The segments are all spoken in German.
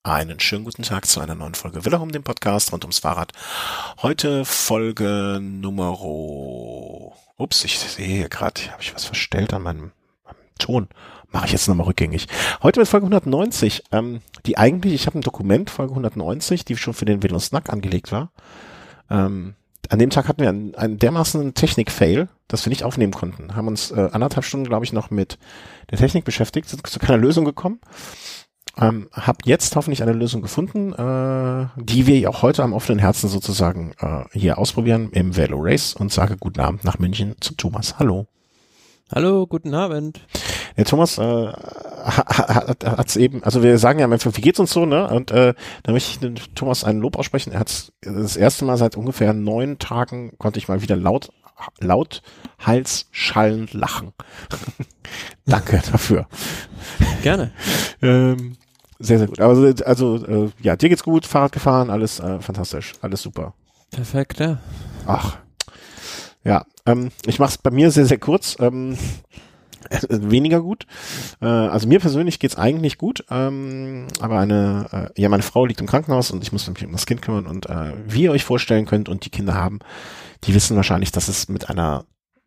Einen schönen guten Tag zu einer neuen Folge Wille dem Podcast rund ums Fahrrad. Heute Folge Nummer... Ups, ich sehe hier gerade, habe ich was verstellt an meinem Ton. Mache ich jetzt nochmal rückgängig. Heute mit Folge 190, die eigentlich, ich habe ein Dokument, Folge 190, die schon für den Velo Snack angelegt war. An dem Tag hatten wir einen dermaßen Technik-Fail, dass wir nicht aufnehmen konnten. Haben uns 1,5 Stunden, glaube ich, noch mit der Technik beschäftigt, sind zu keiner Lösung gekommen. Hab jetzt hoffentlich eine Lösung gefunden, die wir auch heute am offenen Herzen sozusagen hier ausprobieren im Velo Race und sage guten Abend nach München zu Thomas. Hallo. Hallo, guten Abend. Der Thomas hat's eben, also wir sagen ja einfach, wie geht's uns so, ne? Und da möchte ich den Thomas einen Lob aussprechen. Er hat's das erste Mal seit ungefähr 9 Tagen konnte ich mal wieder laut halsschallend lachen. Danke dafür. Gerne. Sehr, sehr gut. Also ja, dir geht's gut, Fahrrad gefahren, alles fantastisch, alles super. Perfekt, ja. Ach, ja, ich mach's bei mir sehr, sehr kurz, weniger gut. Also mir persönlich geht's eigentlich gut, aber meine Frau liegt im Krankenhaus und ich muss mich um das Kind kümmern und wie ihr euch vorstellen könnt und die Kinder haben, die wissen wahrscheinlich, dass es mit einer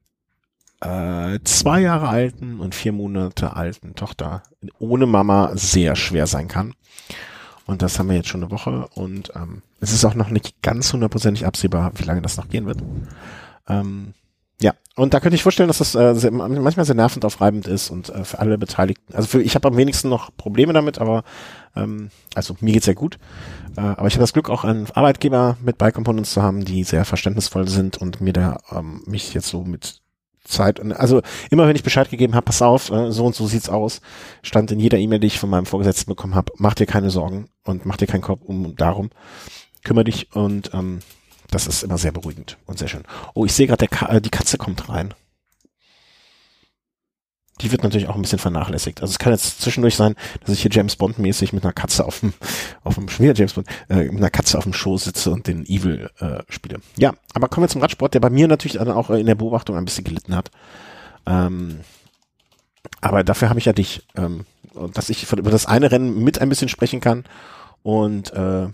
2 Jahre alten und 4 Monate alten Tochter ohne Mama sehr schwer sein kann. Und das haben wir jetzt schon eine Woche und es ist auch noch nicht ganz 100%ig absehbar, wie lange das noch gehen wird. Ja, und da könnte ich vorstellen, dass das manchmal sehr nervend aufreibend ist und für alle Beteiligten. Also ich habe am wenigsten noch Probleme damit, aber also mir geht's sehr gut. Aber ich habe das Glück, auch einen Arbeitgeber mit Bike Components zu haben, die sehr verständnisvoll sind und mir da mich jetzt so mit Zeit, also immer wenn ich Bescheid gegeben habe, pass auf, so und so sieht's aus, stand in jeder E-Mail, die ich von meinem Vorgesetzten bekommen habe, mach dir keine Sorgen und mach dir keinen Kopf darum, kümmere dich und das ist immer sehr beruhigend und sehr schön. Oh, ich sehe gerade, die Katze kommt rein. Die wird natürlich auch ein bisschen vernachlässigt. Also es kann jetzt zwischendurch sein, dass ich hier James Bond mäßig mit einer Katze auf dem mit einer Katze auf dem Schoß sitze und den Evil spiele. Ja, aber kommen wir zum Radsport, der bei mir natürlich dann auch in der Beobachtung ein bisschen gelitten hat. Aber dafür habe ich ja dich, dass ich über das eine Rennen mit ein bisschen sprechen kann. Und ja,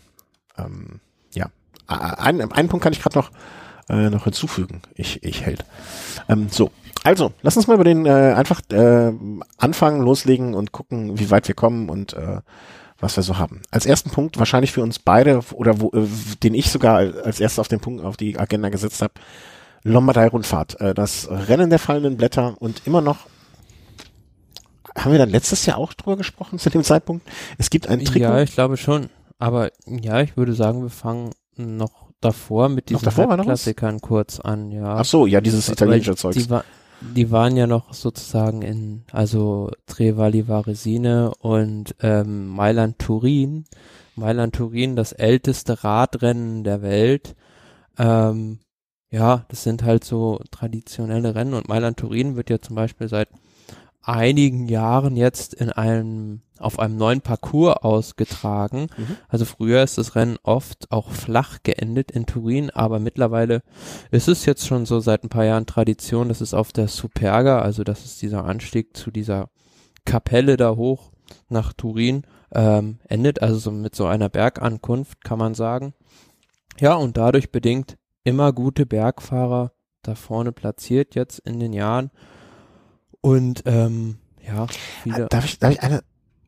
einen Punkt kann ich gerade noch hinzufügen. Ich hält. So. Also, lass uns mal über den einfach anfangen, loslegen und gucken, wie weit wir kommen und was wir so haben. Als ersten Punkt, wahrscheinlich für uns beide, oder den ich sogar als erstes auf die Agenda gesetzt habe, Lombardei-Rundfahrt. Das Rennen der fallenden Blätter und immer noch, haben wir dann letztes Jahr auch drüber gesprochen zu dem Zeitpunkt? Es gibt ein Trikot. Ja, ich glaube schon. Aber ja, ich würde sagen, wir fangen noch davor mit diesen Klassikern kurz an. Ja. Ach so, ja, dieses italienische Zeugs. Die waren ja noch sozusagen also Trevali Varesine und Mailand-Turin. Mailand-Turin, das älteste Radrennen der Welt. Ja, das sind halt so traditionelle Rennen und Mailand-Turin wird ja zum Beispiel seit einigen Jahren jetzt auf einem neuen Parcours ausgetragen. Mhm. Also früher ist das Rennen oft auch flach geendet in Turin, aber mittlerweile ist es jetzt schon so seit ein paar Jahren Tradition, dass es auf der Superga, also das ist dieser Anstieg zu dieser Kapelle da hoch nach Turin, endet, also so mit so einer Bergankunft, kann man sagen. Ja, und dadurch bedingt immer gute Bergfahrer da vorne platziert jetzt in den Jahren. Und ja, viele. Darf ich eine?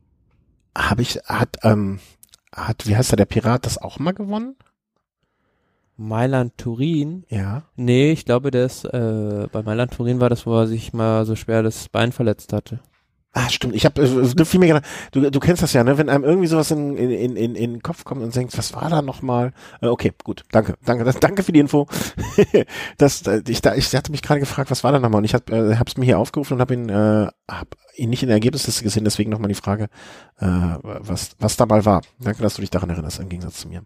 Wie heißt der Pirat das auch mal gewonnen? Mailand-Turin? Ja. Nee, ich glaube, bei Mailand-Turin war das, wo er sich mal so schwer das Bein verletzt hatte. Ah, stimmt. Ich habe viel mehr gedacht. Du kennst das ja, ne? Wenn einem irgendwie sowas in den Kopf kommt und denkst, was war da nochmal? Okay, gut. Danke für die Info. Ich hatte mich gerade gefragt, was war da nochmal? Und ich hab's mir hier aufgerufen und hab ihn nicht in der Ergebnisliste gesehen, deswegen nochmal die Frage, was da mal war. Danke, dass du dich daran erinnerst, im Gegensatz zu mir.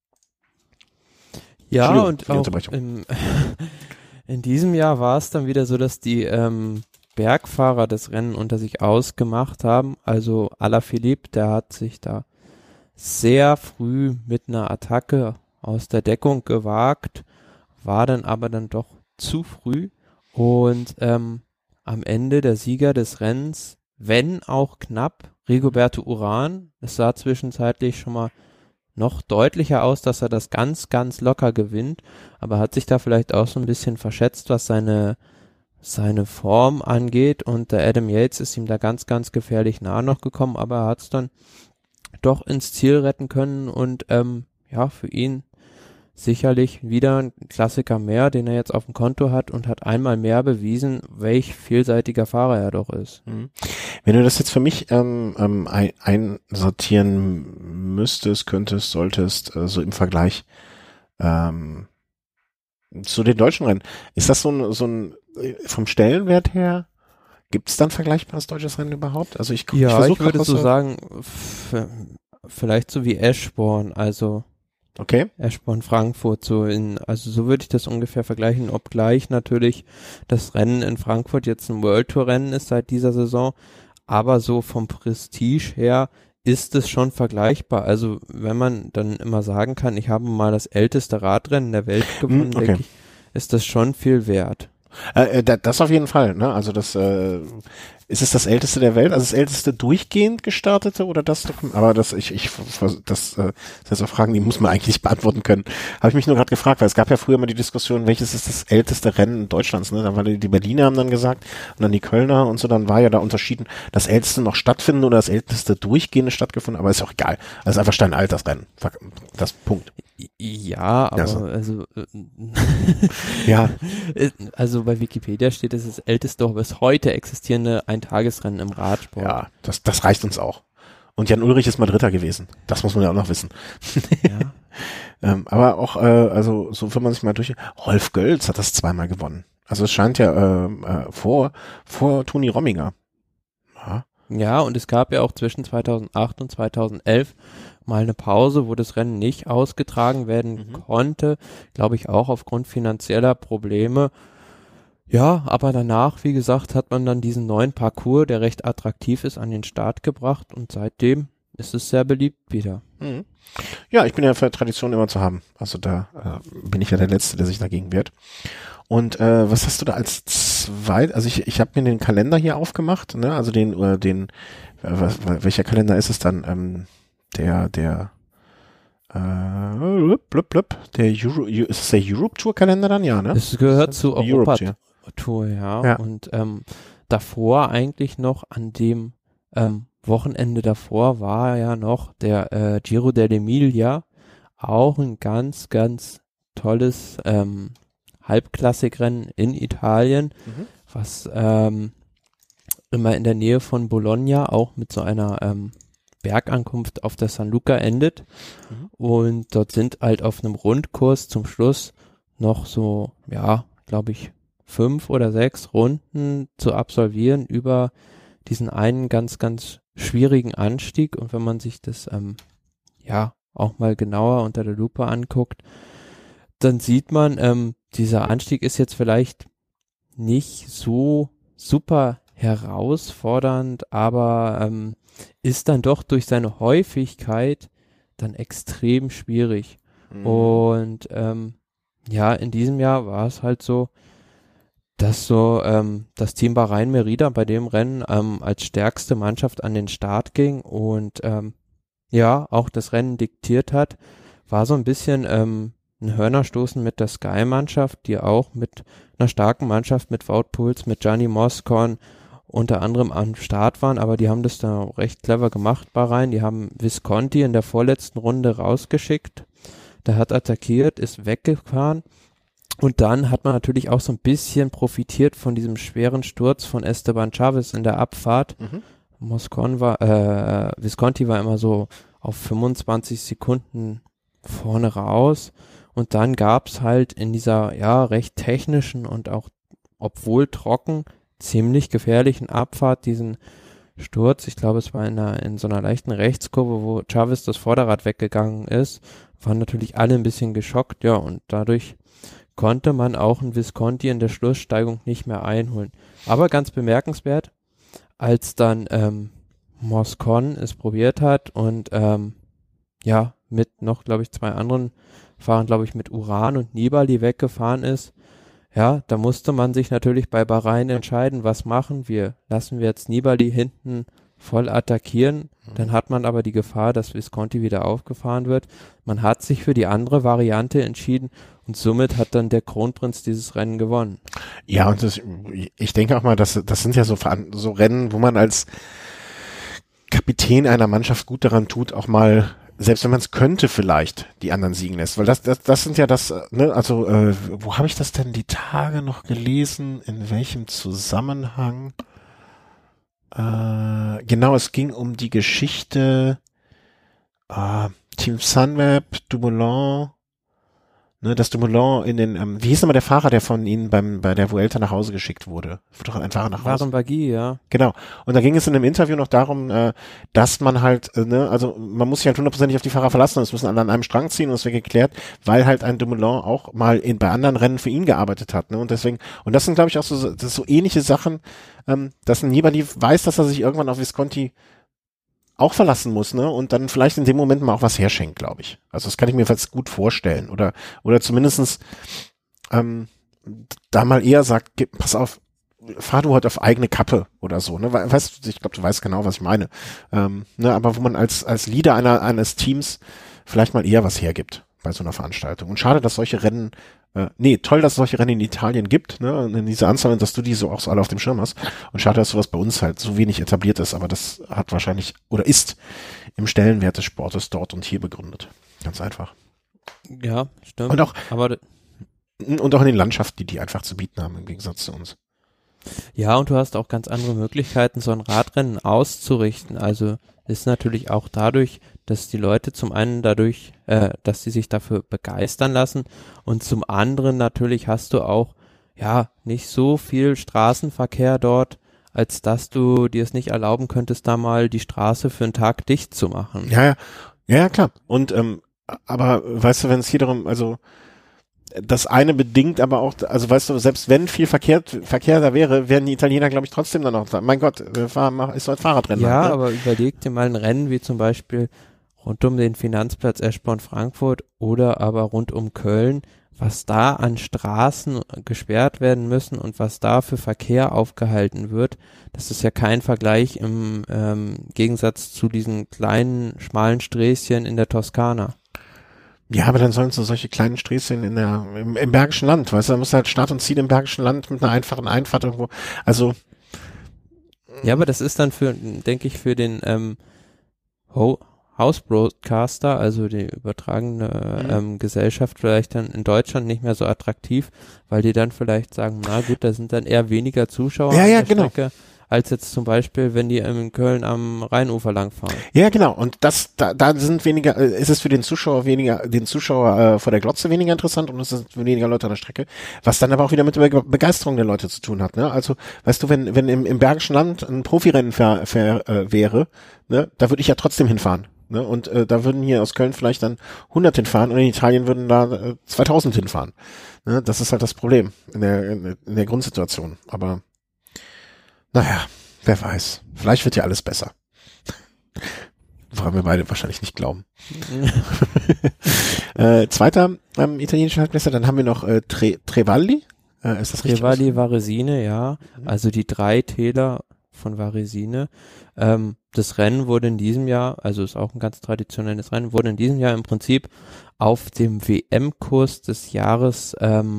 Ja, und auch in diesem Jahr war es dann wieder so, dass die Bergfahrer das Rennen unter sich ausgemacht haben. Also Alaphilippe, der hat sich da sehr früh mit einer Attacke aus der Deckung gewagt, war dann aber doch zu früh und am Ende der Sieger des Rennens, wenn auch knapp, Rigoberto Urán. Es sah zwischenzeitlich schon mal noch deutlicher aus, dass er das ganz, ganz locker gewinnt, aber hat sich da vielleicht auch so ein bisschen verschätzt, was seine Form angeht, und der Adam Yates ist ihm da ganz, ganz gefährlich nah noch gekommen, aber er hat es dann doch ins Ziel retten können und ja, für ihn sicherlich wieder ein Klassiker mehr, den er jetzt auf dem Konto hat, und hat einmal mehr bewiesen, welch vielseitiger Fahrer er doch ist. Wenn du das jetzt für mich einsortieren müsstest, könntest, solltest, so im Vergleich zu den deutschen Rennen, ist das so ein vom Stellenwert her, gibt es dann vergleichbares deutsches Rennen überhaupt? Also ich würde so sagen, vielleicht so wie Eschborn, also okay. Eschborn Frankfurt, also so würde ich das ungefähr vergleichen, obgleich natürlich das Rennen in Frankfurt jetzt ein World Tour Rennen ist seit dieser Saison, aber so vom Prestige her ist es schon vergleichbar. Also wenn man dann immer sagen kann, ich habe mal das älteste Radrennen der Welt gewonnen, okay. denke ich, ist das schon viel wert. Das auf jeden Fall, ne? Also das ist es das älteste der Welt, also das älteste durchgehend gestartete oder das? Aber das sind so Fragen, die muss man eigentlich nicht beantworten können. Habe ich mich nur gerade gefragt, weil es gab ja früher mal die Diskussion, welches ist das älteste Rennen Deutschlands, ne? Da waren die Berliner haben dann gesagt und dann die Kölner und so, dann war ja da unterschieden, das älteste noch stattfinden oder das älteste durchgehende stattgefunden, aber ist auch egal. Das ist einfach steinalt, das Rennen. Das Punkt. Ja, aber ja. Also bei Wikipedia steht, es ist das älteste bis heute existierende Eintagesrennen im Radsport. Ja, das reicht uns auch. Und Jan Ullrich ist mal Dritter gewesen. Das muss man ja auch noch wissen. Ja. Aber auch, also so wenn man sich mal Rolf Gölz hat das zweimal gewonnen. Also es scheint ja vor Toni Romminger. Ja, und es gab ja auch zwischen 2008 und 2011 mal eine Pause, wo das Rennen nicht ausgetragen werden konnte, glaube ich auch aufgrund finanzieller Probleme. Ja, aber danach, wie gesagt, hat man dann diesen neuen Parcours, der recht attraktiv ist, an den Start gebracht, und seitdem ist es sehr beliebt wieder. Ja, ich bin ja für Tradition immer zu haben. Also da bin ich ja der Letzte, der sich dagegen wehrt. Und was hast du da als zweit? Also ich habe mir den Kalender hier aufgemacht, ne? Also welcher Kalender ist es dann? Der ist es der Europe Tour Kalender dann? Ja, ne? Es gehört zu Europa Europe Tour, ja. Und davor eigentlich noch an dem Wochenende davor war ja noch der Giro dell'Emilia, auch ein ganz, ganz tolles Halbklassikrennen in Italien, was immer in der Nähe von Bologna auch mit so einer Bergankunft auf der San Luca endet. Und dort sind halt auf einem Rundkurs zum Schluss noch so, ja, glaube ich, 5 oder 6 Runden zu absolvieren über diesen einen ganz, ganz schwierigen Anstieg. Und wenn man sich das ja auch mal genauer unter der Lupe anguckt, dann sieht man, dieser Anstieg ist jetzt vielleicht nicht so super herausfordernd, aber ist dann doch durch seine Häufigkeit dann extrem schwierig. Und ja, in diesem Jahr war es halt so, dass das Team Bahrain Merida bei dem Rennen als stärkste Mannschaft an den Start ging und ja, auch das Rennen diktiert hat, war so ein bisschen ein Hörnerstoßen mit der Sky-Mannschaft, die auch mit einer starken Mannschaft, mit Wout Poels, mit Gianni Moscon unter anderem am Start waren, aber die haben das da recht clever gemacht, Bahrain. Die haben Visconti in der vorletzten Runde rausgeschickt, der hat attackiert, ist weggefahren. Und dann hat man natürlich auch so ein bisschen profitiert von diesem schweren Sturz von Esteban Chaves in der Abfahrt. Visconti war immer so auf 25 Sekunden vorne raus. Und dann gab's halt in dieser, ja, recht technischen und auch, obwohl trocken, ziemlich gefährlichen Abfahrt diesen Sturz. Ich glaube, es war in so einer leichten Rechtskurve, wo Chaves das Vorderrad weggegangen ist. Waren natürlich alle ein bisschen geschockt, ja, und dadurch konnte man auch einen Visconti in der Schlusssteigung nicht mehr einholen. Aber ganz bemerkenswert, als dann Moscon es probiert hat und ja, mit noch, glaube ich, 2 anderen Fahrern, glaube ich, mit Uran und Nibali weggefahren ist, ja, da musste man sich natürlich bei Bahrain entscheiden, was machen wir? Lassen wir jetzt Nibali hinten voll attackieren. Dann hat man aber die Gefahr, dass Visconti wieder aufgefahren wird. Man hat sich für die andere Variante entschieden und somit hat dann der Kronprinz dieses Rennen gewonnen. Ja, und ich denke auch mal, das sind ja so Rennen, wo man als Kapitän einer Mannschaft gut daran tut, auch mal, selbst wenn man es könnte, vielleicht die anderen siegen lässt. Weil das sind ja wo habe ich das denn die Tage noch gelesen? In welchem Zusammenhang? Genau, es ging um die Geschichte Team Sunweb, Dumoulin, ne, dass Dumoulin in den, wie hieß nochmal der Fahrer, der von ihnen bei der Vuelta nach Hause geschickt wurde? Wurde doch ein Fahrer nach Hause. Barenbagui, ja. Genau. Und da ging es in einem Interview noch darum, dass man halt, also man muss sich halt hundertprozentig auf die Fahrer verlassen und es müssen alle an einem Strang ziehen und es wird geklärt, weil halt ein Dumoulin auch mal bei anderen Rennen für ihn gearbeitet hat, ne? Und deswegen, und das sind, glaube ich, auch so ähnliche Sachen, dass ein Nibali weiß, dass er sich irgendwann auf Visconti auch verlassen muss, ne? Und dann vielleicht in dem Moment mal auch was herschenkt, glaube ich. Also das kann ich mir jetzt gut vorstellen. Oder zumindestens da mal eher sagt, pass auf, fahr du heute auf eigene Kappe oder so, ne? Weißt du, ich glaube, du weißt genau, was ich meine. Ne? Aber wo man als Leader eines Teams vielleicht mal eher was hergibt bei so einer Veranstaltung. Und schade, dass solche Rennen, toll, dass es solche Rennen in Italien gibt, ne? Und in dieser Anzahl, dass du die so auch so alle auf dem Schirm hast. Und schade, dass sowas bei uns halt so wenig etabliert ist, aber das hat wahrscheinlich oder ist im Stellenwert des Sportes dort und hier begründet. Ganz einfach. Ja, stimmt. Und auch in den Landschaften, die einfach zu bieten haben, im Gegensatz zu uns. Ja, und du hast auch ganz andere Möglichkeiten, so ein Radrennen auszurichten. Also ist natürlich auch dadurch, dass die Leute zum einen dadurch, dass sie sich dafür begeistern lassen und zum anderen natürlich hast du auch, ja, nicht so viel Straßenverkehr dort, als dass du dir es nicht erlauben könntest, da mal die Straße für einen Tag dicht zu machen. Ja, klar. Und, aber weißt du, wenn es hier darum, also das eine bedingt aber auch, also weißt du, selbst wenn viel Verkehr da wäre, wären die Italiener, glaube ich, trotzdem dann auch sagen, mein Gott, ist so ein Fahrradrennen. Ja, halt, ne? aber überleg dir mal ein Rennen wie zum Beispiel rund um den Finanzplatz Eschborn-Frankfurt oder aber rund um Köln, was da an Straßen gesperrt werden müssen und was da für Verkehr aufgehalten wird, das ist ja kein Vergleich im Gegensatz zu diesen kleinen, schmalen Sträßchen in der Toskana. Ja, aber dann sollen so solche kleinen Sträßchen im Bergischen Land, weißt du, da musst du halt Start und Ziel im Bergischen Land mit einer einfachen Einfahrt irgendwo, also. Ja, aber das ist dann denke ich, für den House-Broadcaster, also die übertragene Gesellschaft vielleicht dann in Deutschland nicht mehr so attraktiv, weil die dann vielleicht sagen, na gut, da sind dann eher weniger Zuschauer an der Strecke, als jetzt zum Beispiel, wenn die in Köln am Rheinufer langfahren. Ja, genau. Und da sind weniger, ist es für den Zuschauer vor der Glotze weniger interessant und es sind weniger Leute an der Strecke, was dann aber auch wieder mit der Begeisterung der Leute zu tun hat, ne? Also, weißt du, wenn im Bergischen Land ein Profirennen wäre, ne, da würde ich ja trotzdem hinfahren. Ne, und da würden hier aus Köln vielleicht dann 100 hinfahren und in Italien würden da 2000 hinfahren. Ne, das ist halt das Problem in der Grundsituation. Aber naja, wer weiß. Vielleicht wird ja alles besser. Woran wir beide wahrscheinlich nicht glauben. Zweiter italienischer Halbmeister, dann haben wir noch Trevali. Ist das richtig? Trevali Varesine, ja. Also die 3 Täler von Varesine. Das Rennen wurde in diesem Jahr, also ist auch ein ganz traditionelles Rennen, wurde in diesem Jahr im Prinzip auf dem WM-Kurs des Jahres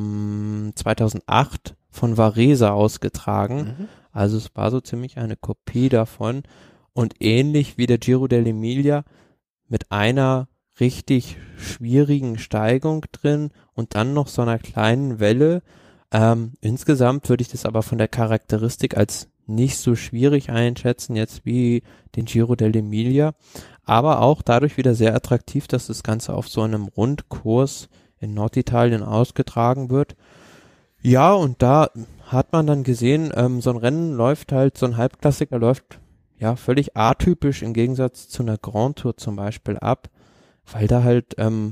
2008 von Varese ausgetragen. Also es war so ziemlich eine Kopie davon und ähnlich wie der Giro dell'Emilia mit einer richtig schwierigen Steigung drin und dann noch so einer kleinen Welle. Insgesamt würde ich das aber von der Charakteristik als nicht so schwierig einschätzen jetzt wie den Giro dell'Emilia, aber auch dadurch wieder sehr attraktiv, dass das Ganze auf so einem Rundkurs in Norditalien ausgetragen wird. Ja, und da hat man dann gesehen, so ein Rennen läuft halt, so ein Halbklassiker läuft ja völlig atypisch im Gegensatz zu einer Grand Tour zum Beispiel ab, weil da halt,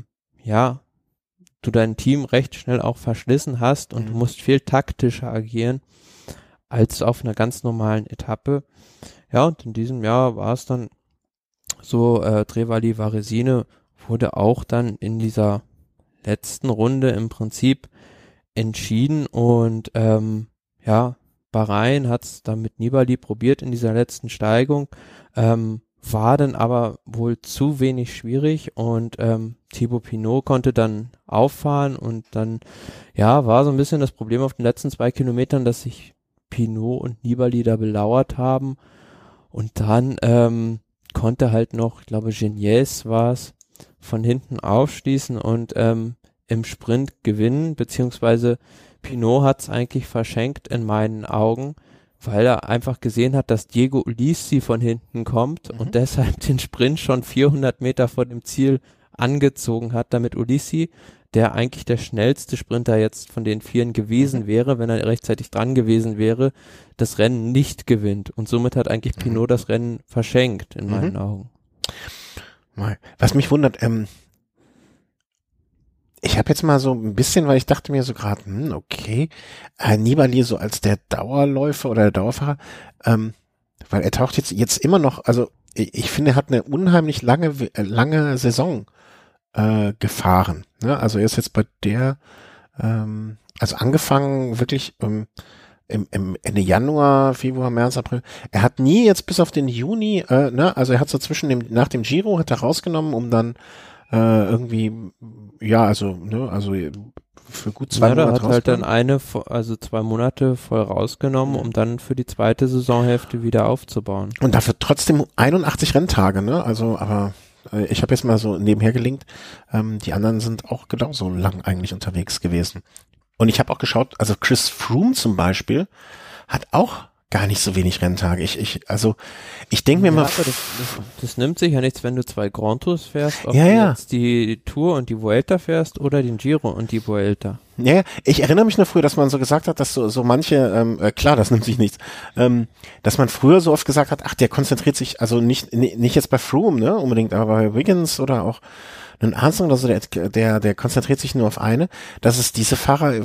du dein Team recht schnell auch verschlissen hast und du musst viel taktischer agieren als auf einer ganz normalen Etappe. Ja, und in diesem Jahr war es dann so, Trevali Varesine wurde auch dann in dieser letzten Runde im Prinzip entschieden und Bahrain, hat es dann mit Nibali probiert in dieser letzten Steigung, war dann aber wohl zu wenig schwierig und Thibaut Pinot konnte dann auffahren und dann, ja, war so ein bisschen das Problem auf den letzten 2 Kilometern, dass sich Pinot und Nibali da belauert haben und dann konnte halt noch, ich glaube Geniez war es, von hinten aufschließen und im Sprint gewinnen, beziehungsweise Pinot hat es eigentlich verschenkt in meinen Augen, weil er einfach gesehen hat, dass Diego Ulissi von hinten kommt und deshalb den Sprint schon 400 Meter vor dem Ziel angezogen hat, damit Ulissi, der eigentlich der schnellste Sprinter jetzt von den Vieren gewesen wäre, wenn er rechtzeitig dran gewesen wäre, das Rennen nicht gewinnt. Und somit hat eigentlich Pinot das Rennen verschenkt, in meinen Augen. Was mich wundert, ich habe jetzt mal so ein bisschen, weil ich dachte mir so gerade, okay, Nibali so als der Dauerläufer oder der Dauerfahrer, weil er taucht jetzt immer noch, also ich finde, er hat eine unheimlich lange Saison gefahren. Ne? Also er ist jetzt bei der, also angefangen wirklich im Ende Januar, Februar, März, April. Er hat nie jetzt bis auf den Juni, also er hat so nach dem Giro hat er rausgenommen, um dann irgendwie, also für gut 2 Monate hat halt dann 2 Monate voll rausgenommen, um dann für die zweite Saisonhälfte wieder aufzubauen. Und dafür trotzdem 81 Renntage, ne? Also, aber ich habe jetzt mal so nebenher gelinkt, die anderen sind auch genauso lang eigentlich unterwegs gewesen. Und ich habe auch geschaut, also Chris Froome zum Beispiel hat auch gar nicht so wenig Renntage. Ich denke mir mal. Das nimmt sich ja nichts, wenn du 2 Grand Tours fährst, ob du jetzt die Tour und die Vuelta fährst oder den Giro und die Vuelta. Ja, ich erinnere mich nur früher, dass man so gesagt hat, dass so manche, klar, das nimmt sich nichts, dass man früher so oft gesagt hat, ach, der konzentriert sich, also nicht jetzt bei Froome, ne, unbedingt, aber bei Wiggins oder auch einen Armstrong oder so, der konzentriert sich nur auf eine, dass es diese Fahrer,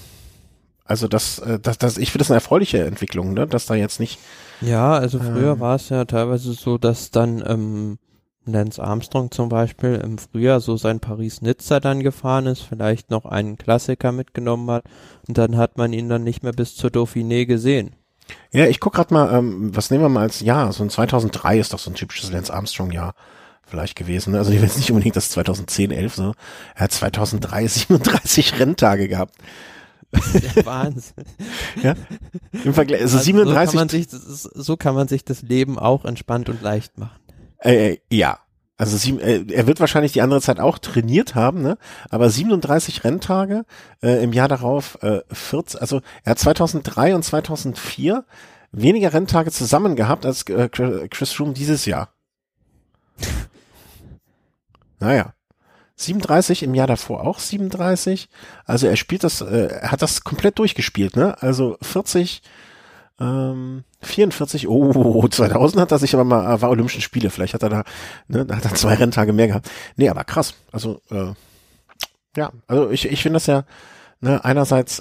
also ich finde das eine erfreuliche Entwicklung, ne, dass da jetzt nicht. Ja, also früher war es ja teilweise so, dass dann Lance Armstrong zum Beispiel im Frühjahr so sein Paris-Nizza dann gefahren ist, vielleicht noch einen Klassiker mitgenommen hat und dann hat man ihn dann nicht mehr bis zur Dauphiné gesehen. Ja, ich guck gerade mal, was nehmen wir mal als Jahr, so ein 2003 ist doch so ein typisches Lance Armstrong-Jahr vielleicht gewesen, ne? Also ich will jetzt nicht unbedingt das 2010, 11 so, er hat 2003 37 Renntage gehabt. Der Wahnsinn. Ja, im Vergleich, also 37. So kann man sich das Leben auch entspannt und leicht machen. Ja, also er wird wahrscheinlich die andere Zeit auch trainiert haben, ne? Aber 37 Renntage im Jahr darauf 14, also er hat 2003 und 2004 weniger Renntage zusammen gehabt als Chris Froome dieses Jahr. Naja. 37 im Jahr davor auch 37. Also er hat das komplett durchgespielt, ne? Also 40, 44, 2000 hat er sich aber mal, war Olympischen Spiele, vielleicht hat er da, ne, da hat er 2 Renntage mehr gehabt. Nee, aber krass. Also, ja, also ich finde das ja, ne, einerseits,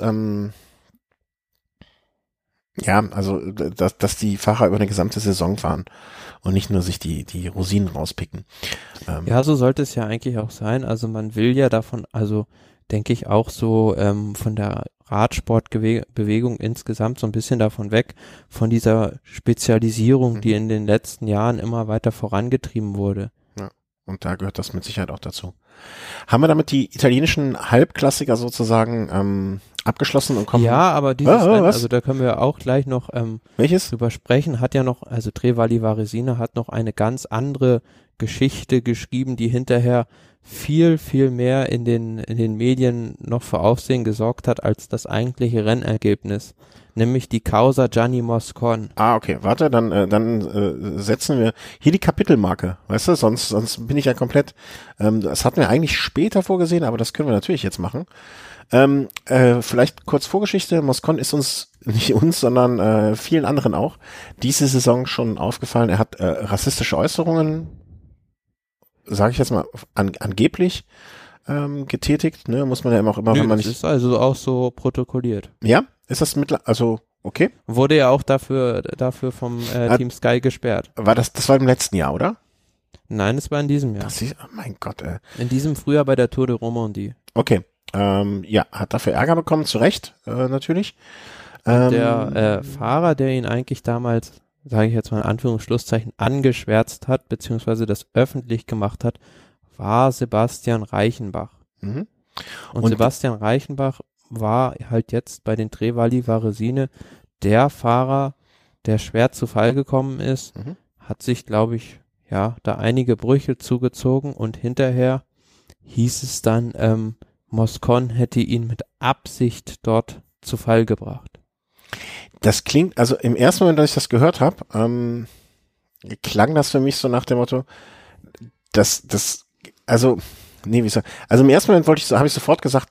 also, dass die Fahrer über eine gesamte Saison fahren und nicht nur sich die Rosinen rauspicken. Ja, so sollte es ja eigentlich auch sein. Also man will ja davon, also denke ich auch so von der Radsportbewegung insgesamt so ein bisschen davon weg, von dieser Spezialisierung, die in den letzten Jahren immer weiter vorangetrieben wurde. Ja, und da gehört das mit Sicherheit auch dazu. Haben wir damit die italienischen Halbklassiker sozusagen abgeschlossen und kommen? Ja, aber dieses Rennen, also da können wir auch gleich noch welches? Drüber sprechen, hat ja noch, also Trevali Varesina hat noch eine ganz andere Geschichte geschrieben, die hinterher viel, viel mehr in den Medien noch für Aufsehen gesorgt hat, als das eigentliche Rennergebnis. Nämlich die Causa Gianni Moscon. Ah, okay, warte, dann setzen wir hier die Kapitelmarke, weißt du, sonst bin ich ja komplett, das hatten wir eigentlich später vorgesehen, aber das können wir natürlich jetzt machen. Vielleicht kurz Vorgeschichte, Moscon ist uns, nicht uns, sondern vielen anderen auch, diese Saison schon aufgefallen, er hat rassistische Äußerungen, sage ich jetzt mal, angeblich getätigt, ne, muss man ja auch immer, wenn man nicht. Das ist also auch so protokolliert. Ja? Ist das also okay? Wurde ja auch dafür vom Team Sky gesperrt. Das war im letzten Jahr, oder? Nein, es war in diesem Jahr. Oh mein Gott, in diesem Frühjahr bei der Tour de Romandie. Okay, hat dafür Ärger bekommen, zu Recht, natürlich. Der Fahrer, der ihn eigentlich damals, sage ich jetzt mal in Anführungsschlusszeichen, angeschwärzt hat, beziehungsweise das öffentlich gemacht hat, war Sebastian Reichenbach. Mhm. Und Sebastian Reichenbach war halt jetzt bei den Trevali Varesine der Fahrer, der schwer zu Fall gekommen ist, hat sich, glaube ich, ja, da einige Brüche zugezogen und hinterher hieß es dann, Moscon hätte ihn mit Absicht dort zu Fall gebracht. Das klingt, also im ersten Moment, als ich das gehört habe, klang das für mich so nach dem Motto, also im ersten Moment habe ich sofort gesagt,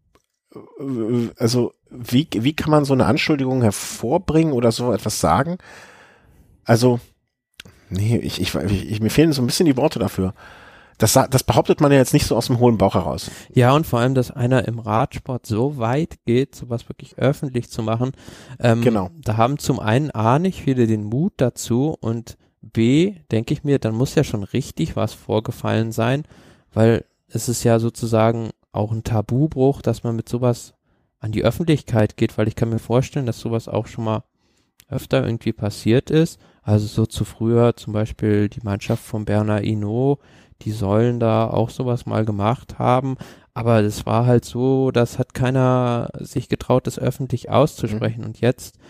also wie kann man so eine Anschuldigung hervorbringen oder so etwas sagen? Also, nee, mir fehlen so ein bisschen die Worte dafür. Das behauptet man ja jetzt nicht so aus dem hohlen Bauch heraus. Ja, und vor allem, dass einer im Radsport so weit geht, sowas wirklich öffentlich zu machen. Genau. Da haben zum einen A, nicht viele den Mut dazu und B, denke ich mir, dann muss ja schon richtig was vorgefallen sein, weil es ist ja sozusagen auch ein Tabubruch, dass man mit sowas an die Öffentlichkeit geht, weil ich kann mir vorstellen, dass sowas auch schon mal öfter irgendwie passiert ist. Also so zu früher zum Beispiel die Mannschaft von Bernard Hinault, die sollen da auch sowas mal gemacht haben, aber das war halt so, das hat keiner sich getraut, das öffentlich auszusprechen. Und jetzt,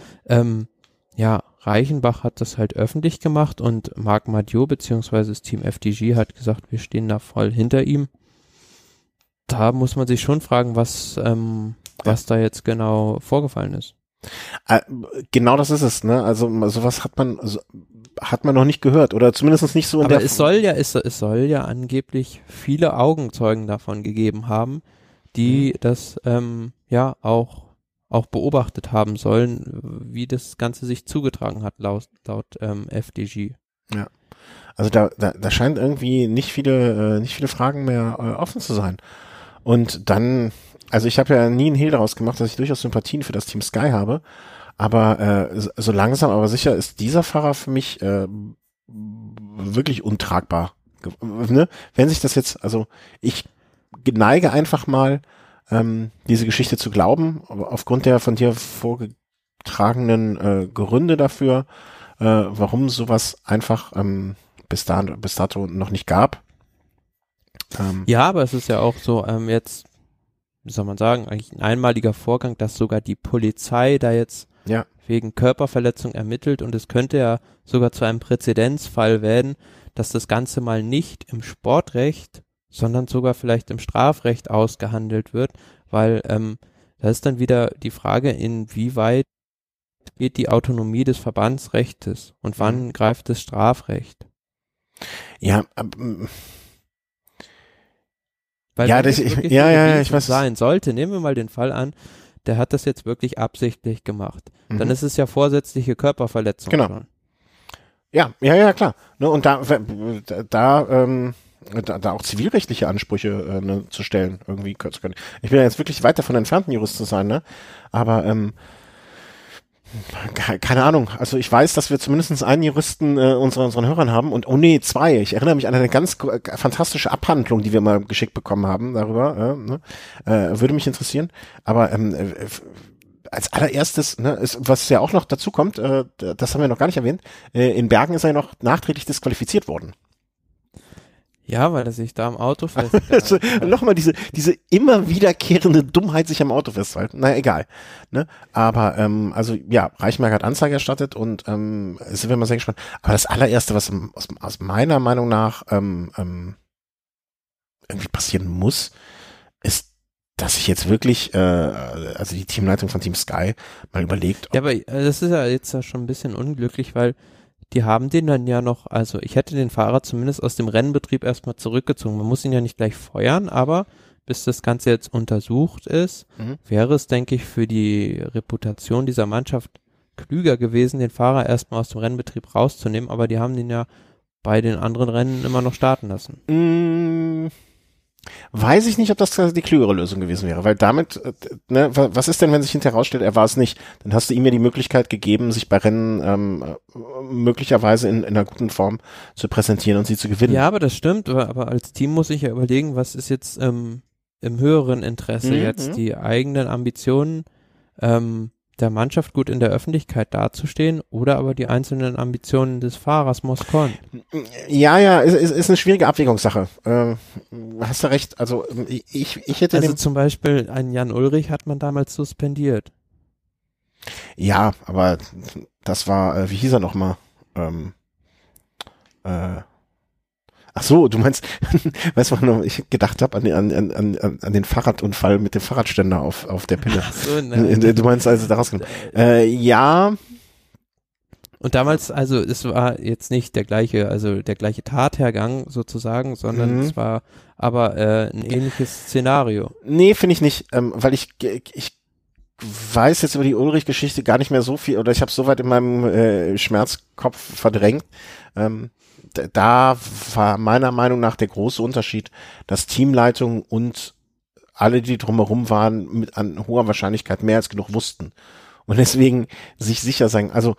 Reichenbach hat das halt öffentlich gemacht und Marc Madiot beziehungsweise das Team FDJ hat gesagt, wir stehen da voll hinter ihm. Da muss man sich schon fragen, was da jetzt genau vorgefallen ist. Genau das ist es, ne? Also sowas hat man noch nicht gehört oder zumindest nicht so in Aber es soll ja angeblich viele Augenzeugen davon gegeben haben, die das auch beobachtet haben sollen, wie das Ganze sich zugetragen hat laut FDJ. Ja. Also da scheint irgendwie nicht viele Fragen mehr offen zu sein. Und dann, also ich habe ja nie einen Hehl daraus gemacht, dass ich durchaus Sympathien für das Team Sky habe, aber so langsam aber sicher ist dieser Fahrer für mich wirklich untragbar. Ne? Wenn sich das jetzt, also ich neige einfach mal diese Geschichte zu glauben, aufgrund der von dir vorgetragenen Gründe dafür, warum sowas einfach bis dato noch nicht gab. Ja, aber es ist ja auch so jetzt, wie soll man sagen, eigentlich ein einmaliger Vorgang, dass sogar die Polizei da jetzt wegen Körperverletzung ermittelt und es könnte ja sogar zu einem Präzedenzfall werden, dass das Ganze mal nicht im Sportrecht, sondern sogar vielleicht im Strafrecht ausgehandelt wird, weil da ist dann wieder die Frage, inwieweit geht die Autonomie des Verbandsrechtes und wann greift das Strafrecht? Ja, Weil ich weiß. Sein sollte, nehmen wir mal den Fall an, der hat das jetzt wirklich absichtlich gemacht. Dann ist es ja vorsätzliche Körperverletzung. Genau. Schon. Ja, klar. Ne, und da auch zivilrechtliche Ansprüche zu stellen, irgendwie zu können. Ich bin ja jetzt wirklich weit davon entfernt, ein Jurist zu sein, ne? Aber keine Ahnung. Also ich weiß, dass wir zumindest einen Juristen unseren Hörern haben und zwei. Ich erinnere mich an eine ganz fantastische Abhandlung, die wir mal geschickt bekommen haben darüber. Würde mich interessieren. Aber als allererstes, ne, was ja auch noch dazu kommt, das haben wir noch gar nicht erwähnt, in Bergen ist er noch nachträglich disqualifiziert worden. Ja, weil er sich da am Auto festgehalten hat. Nochmal diese immer wiederkehrende Dummheit, sich am Auto festzuhalten. Naja, egal. Ne? Aber Reichenberg hat Anzeige erstattet und sind wir mal sehr gespannt. Aber das allererste, was aus meiner Meinung nach irgendwie passieren muss, ist, dass sich jetzt wirklich, also die Teamleitung von Team Sky mal überlegt. Ja, aber das ist ja jetzt schon ein bisschen unglücklich, weil die haben den dann ja noch, also ich hätte den Fahrer zumindest aus dem Rennbetrieb erstmal zurückgezogen. Man muss ihn ja nicht gleich feuern, aber bis das Ganze jetzt untersucht ist, wäre es, denke ich, für die Reputation dieser Mannschaft klüger gewesen, den Fahrer erstmal aus dem Rennbetrieb rauszunehmen, aber die haben den ja bei den anderen Rennen immer noch starten lassen. Weiß ich nicht, ob das die klügere Lösung gewesen wäre, weil damit, was ist denn, wenn sich hinterher herausstellt, er war es nicht? Dann hast du ihm ja die Möglichkeit gegeben, sich bei Rennen möglicherweise in einer guten Form zu präsentieren und sie zu gewinnen. Ja, aber das stimmt, aber als Team muss ich ja überlegen, was ist jetzt im höheren Interesse jetzt, die eigenen Ambitionen der Mannschaft gut in der Öffentlichkeit dazustehen oder aber die einzelnen Ambitionen des Fahrers Moscon. Ja, ist eine schwierige Abwägungssache. Hast du recht. Also ich hätte Also zum Beispiel einen Jan Ulrich hat man damals suspendiert. Ja, aber das war, wie hieß er nochmal? Ach so, du meinst, weißt du, noch, ich gedacht habe an den Fahrradunfall mit dem Fahrradständer auf der Pille. Ach so, nein. Du meinst also daraus ja. Und damals, also es war jetzt nicht der gleiche Tathergang sozusagen, sondern es war aber ein ähnliches Szenario. Nee, finde ich nicht, weil ich weiß jetzt über die Ulrich-Geschichte gar nicht mehr so viel, oder ich habe so weit in meinem Schmerzkopf verdrängt. Da war meiner Meinung nach der große Unterschied, dass Teamleitung und alle, die drumherum waren, an hoher Wahrscheinlichkeit mehr als genug wussten. Und deswegen sich sicher sein, also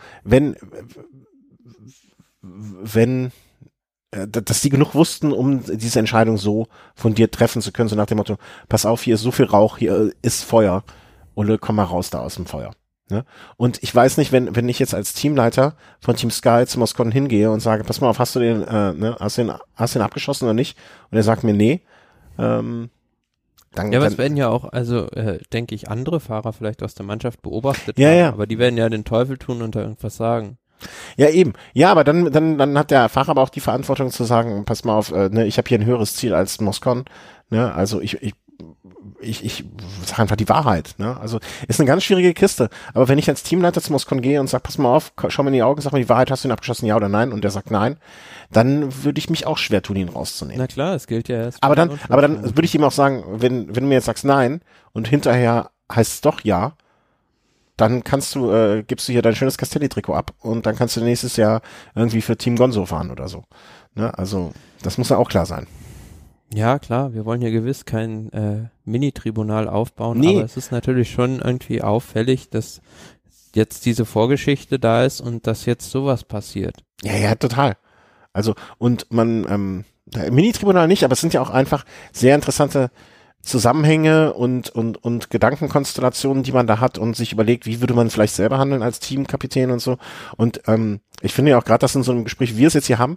dass die genug wussten, um diese Entscheidung so von dir treffen zu können, so nach dem Motto, pass auf, hier ist so viel Rauch, hier ist Feuer, Ulle, komm mal raus da aus dem Feuer. Ne? Und ich weiß nicht, wenn ich jetzt als Teamleiter von Team Sky zu Moscon hingehe und sage, pass mal auf, hast du den abgeschossen oder nicht? Und er sagt mir, nee, dann. Ja, aber es werden ja auch, also denke ich, andere Fahrer vielleicht aus der Mannschaft beobachtet haben, ja. Aber die werden ja den Teufel tun und da irgendwas sagen. Ja, eben. Ja, aber dann hat der Fahrer aber auch die Verantwortung zu sagen, pass mal auf, ich habe hier ein höheres Ziel als Moscon, ne? Also ich sage einfach die Wahrheit, ne? Also ist eine ganz schwierige Kiste. Aber wenn ich als Teamleiter zu Moscon gehe und sage, pass mal auf, schau mir in die Augen, sag mal die Wahrheit, hast du ihn abgeschossen, ja oder nein? Und der sagt nein, dann würde ich mich auch schwer tun, ihn rauszunehmen. Na klar, es gilt ja erst. Aber dann würde ich ihm auch sagen, wenn du mir jetzt sagst nein und hinterher heißt es doch ja, dann gibst du hier dein schönes Castelli-Trikot ab und dann kannst du nächstes Jahr irgendwie für Team Gonzo fahren oder so. Ne? Also das muss ja auch klar sein. Ja, klar, wir wollen ja gewiss kein Mini-Tribunal aufbauen, nee. Aber es ist natürlich schon irgendwie auffällig, dass jetzt diese Vorgeschichte da ist und dass jetzt sowas passiert. Ja, total. Also, und Mini-Tribunal nicht, aber es sind ja auch einfach sehr interessante Zusammenhänge und Gedankenkonstellationen, die man da hat und sich überlegt, wie würde man vielleicht selber handeln als Teamkapitän und so. Und ich finde ja auch gerade, dass in so einem Gespräch, wie wir es jetzt hier haben,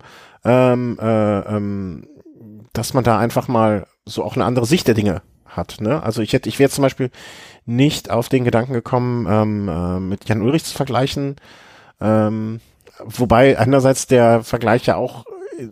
dass man da einfach mal so auch eine andere Sicht der Dinge hat. Ne? Also ich wäre zum Beispiel nicht auf den Gedanken gekommen, mit Jan Ulrich zu vergleichen, wobei einerseits der Vergleich ja auch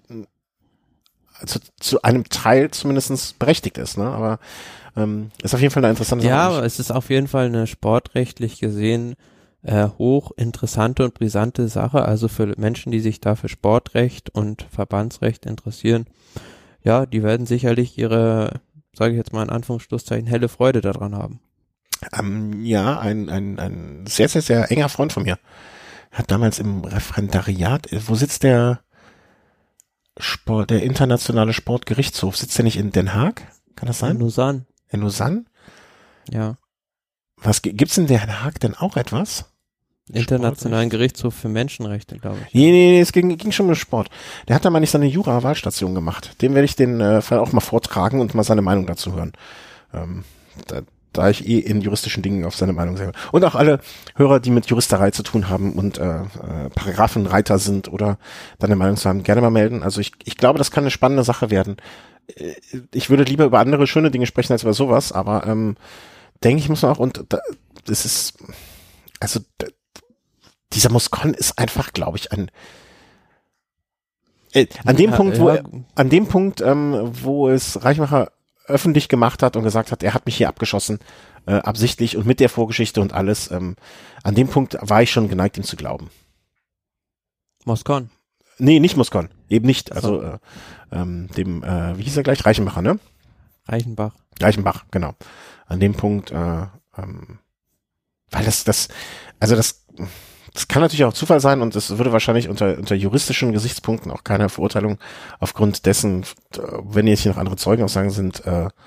zu einem Teil zumindest berechtigt ist, ne? Aber ist auf jeden Fall eine interessante Sache. Ja, aber es ist auf jeden Fall eine sportrechtlich gesehen hoch interessante und brisante Sache, also für Menschen, die sich da für Sportrecht und Verbandsrecht interessieren, ja, die werden sicherlich ihre, sage ich jetzt mal in Anführungsschlusszeichen, helle Freude daran haben. Ja, ein sehr, sehr, sehr enger Freund von mir hat damals im Referendariat, wo sitzt der internationale Sportgerichtshof, sitzt der nicht in Den Haag? Kann das sein? In Lausanne. In Lausanne? Ja. Was gibt's in Den Haag denn auch etwas? Internationalen Gerichtshof für Menschenrechte, glaube ich. Nee, es ging schon um Sport. Der hat da mal nicht seine Jura-Wahlstation gemacht. Dem werde ich den auch mal vortragen und mal seine Meinung dazu hören. Da ich in juristischen Dingen auf seine Meinung sehr. Und auch alle Hörer, die mit Juristerei zu tun haben und Paragraphenreiter sind oder deine Meinung zu haben, gerne mal melden. Also ich glaube, das kann eine spannende Sache werden. Ich würde lieber über andere schöne Dinge sprechen als über sowas, aber denke ich, muss man auch, das ist, also dieser Moscon ist einfach, glaube ich, an dem Punkt, wo es Reichmacher öffentlich gemacht hat und gesagt hat, er hat mich hier abgeschossen, absichtlich und mit der Vorgeschichte und alles, an dem Punkt war ich schon geneigt, ihm zu glauben. Moscon? Nee, nicht Moscon, eben nicht, also wie hieß er gleich? Reichenbacher, ne? Reichenbach, genau. An dem Punkt, weil das kann natürlich auch Zufall sein und es würde wahrscheinlich unter juristischen Gesichtspunkten auch keine Verurteilung aufgrund dessen, wenn jetzt hier noch andere Zeugenaussagen sind,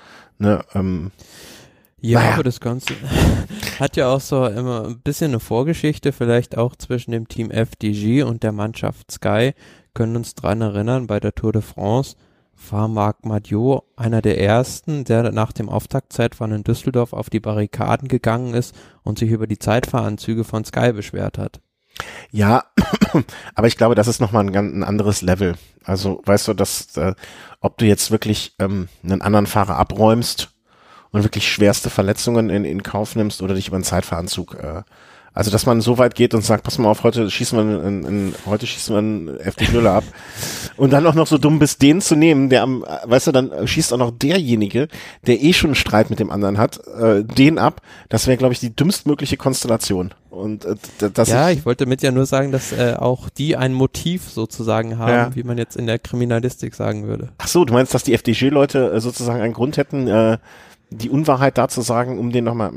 aber das Ganze hat ja auch so immer ein bisschen eine Vorgeschichte, vielleicht auch zwischen dem Team FDJ und der Mannschaft Sky, können uns dran erinnern, bei der Tour de France war Marc Madiot einer der ersten, der nach dem Auftaktzeitfahren in Düsseldorf auf die Barrikaden gegangen ist und sich über die Zeitfahranzüge von Sky beschwert hat. Ja, aber ich glaube, das ist nochmal ein anderes Level. Also weißt du, dass ob du jetzt wirklich einen anderen Fahrer abräumst und wirklich schwerste Verletzungen in Kauf nimmst oder dich über einen Zeitfahranzug, also dass man so weit geht und sagt, pass mal auf, heute schießen wir einen FD Knüller ab und dann auch noch so dumm bist, den zu nehmen, der weißt du, dann schießt auch noch derjenige, der schon einen Streit mit dem anderen hat, den ab. Das wäre, glaube ich, die dümmstmögliche Konstellation. Und ich wollte damit ja nur sagen, dass auch die ein Motiv sozusagen haben, wie man jetzt in der Kriminalistik sagen würde. Ach so, du meinst, dass die FDG-Leute sozusagen einen Grund hätten, die Unwahrheit da zu sagen, um den nochmal,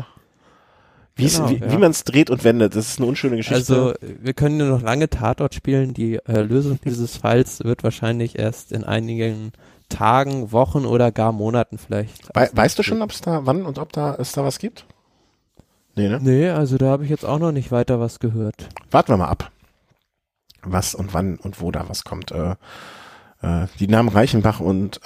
wie man es dreht und wendet. Das ist eine unschöne Geschichte. Also wir können nur noch lange Tatort spielen. Die Lösung dieses Falls wird wahrscheinlich erst in einigen Tagen, Wochen oder gar Monaten vielleicht. Weißt du schon, ob es da was gibt? Nee, ne? Nee, also da habe ich jetzt auch noch nicht weiter was gehört. Warten wir mal ab, was und wann und wo da was kommt. Die Namen Reichenbach und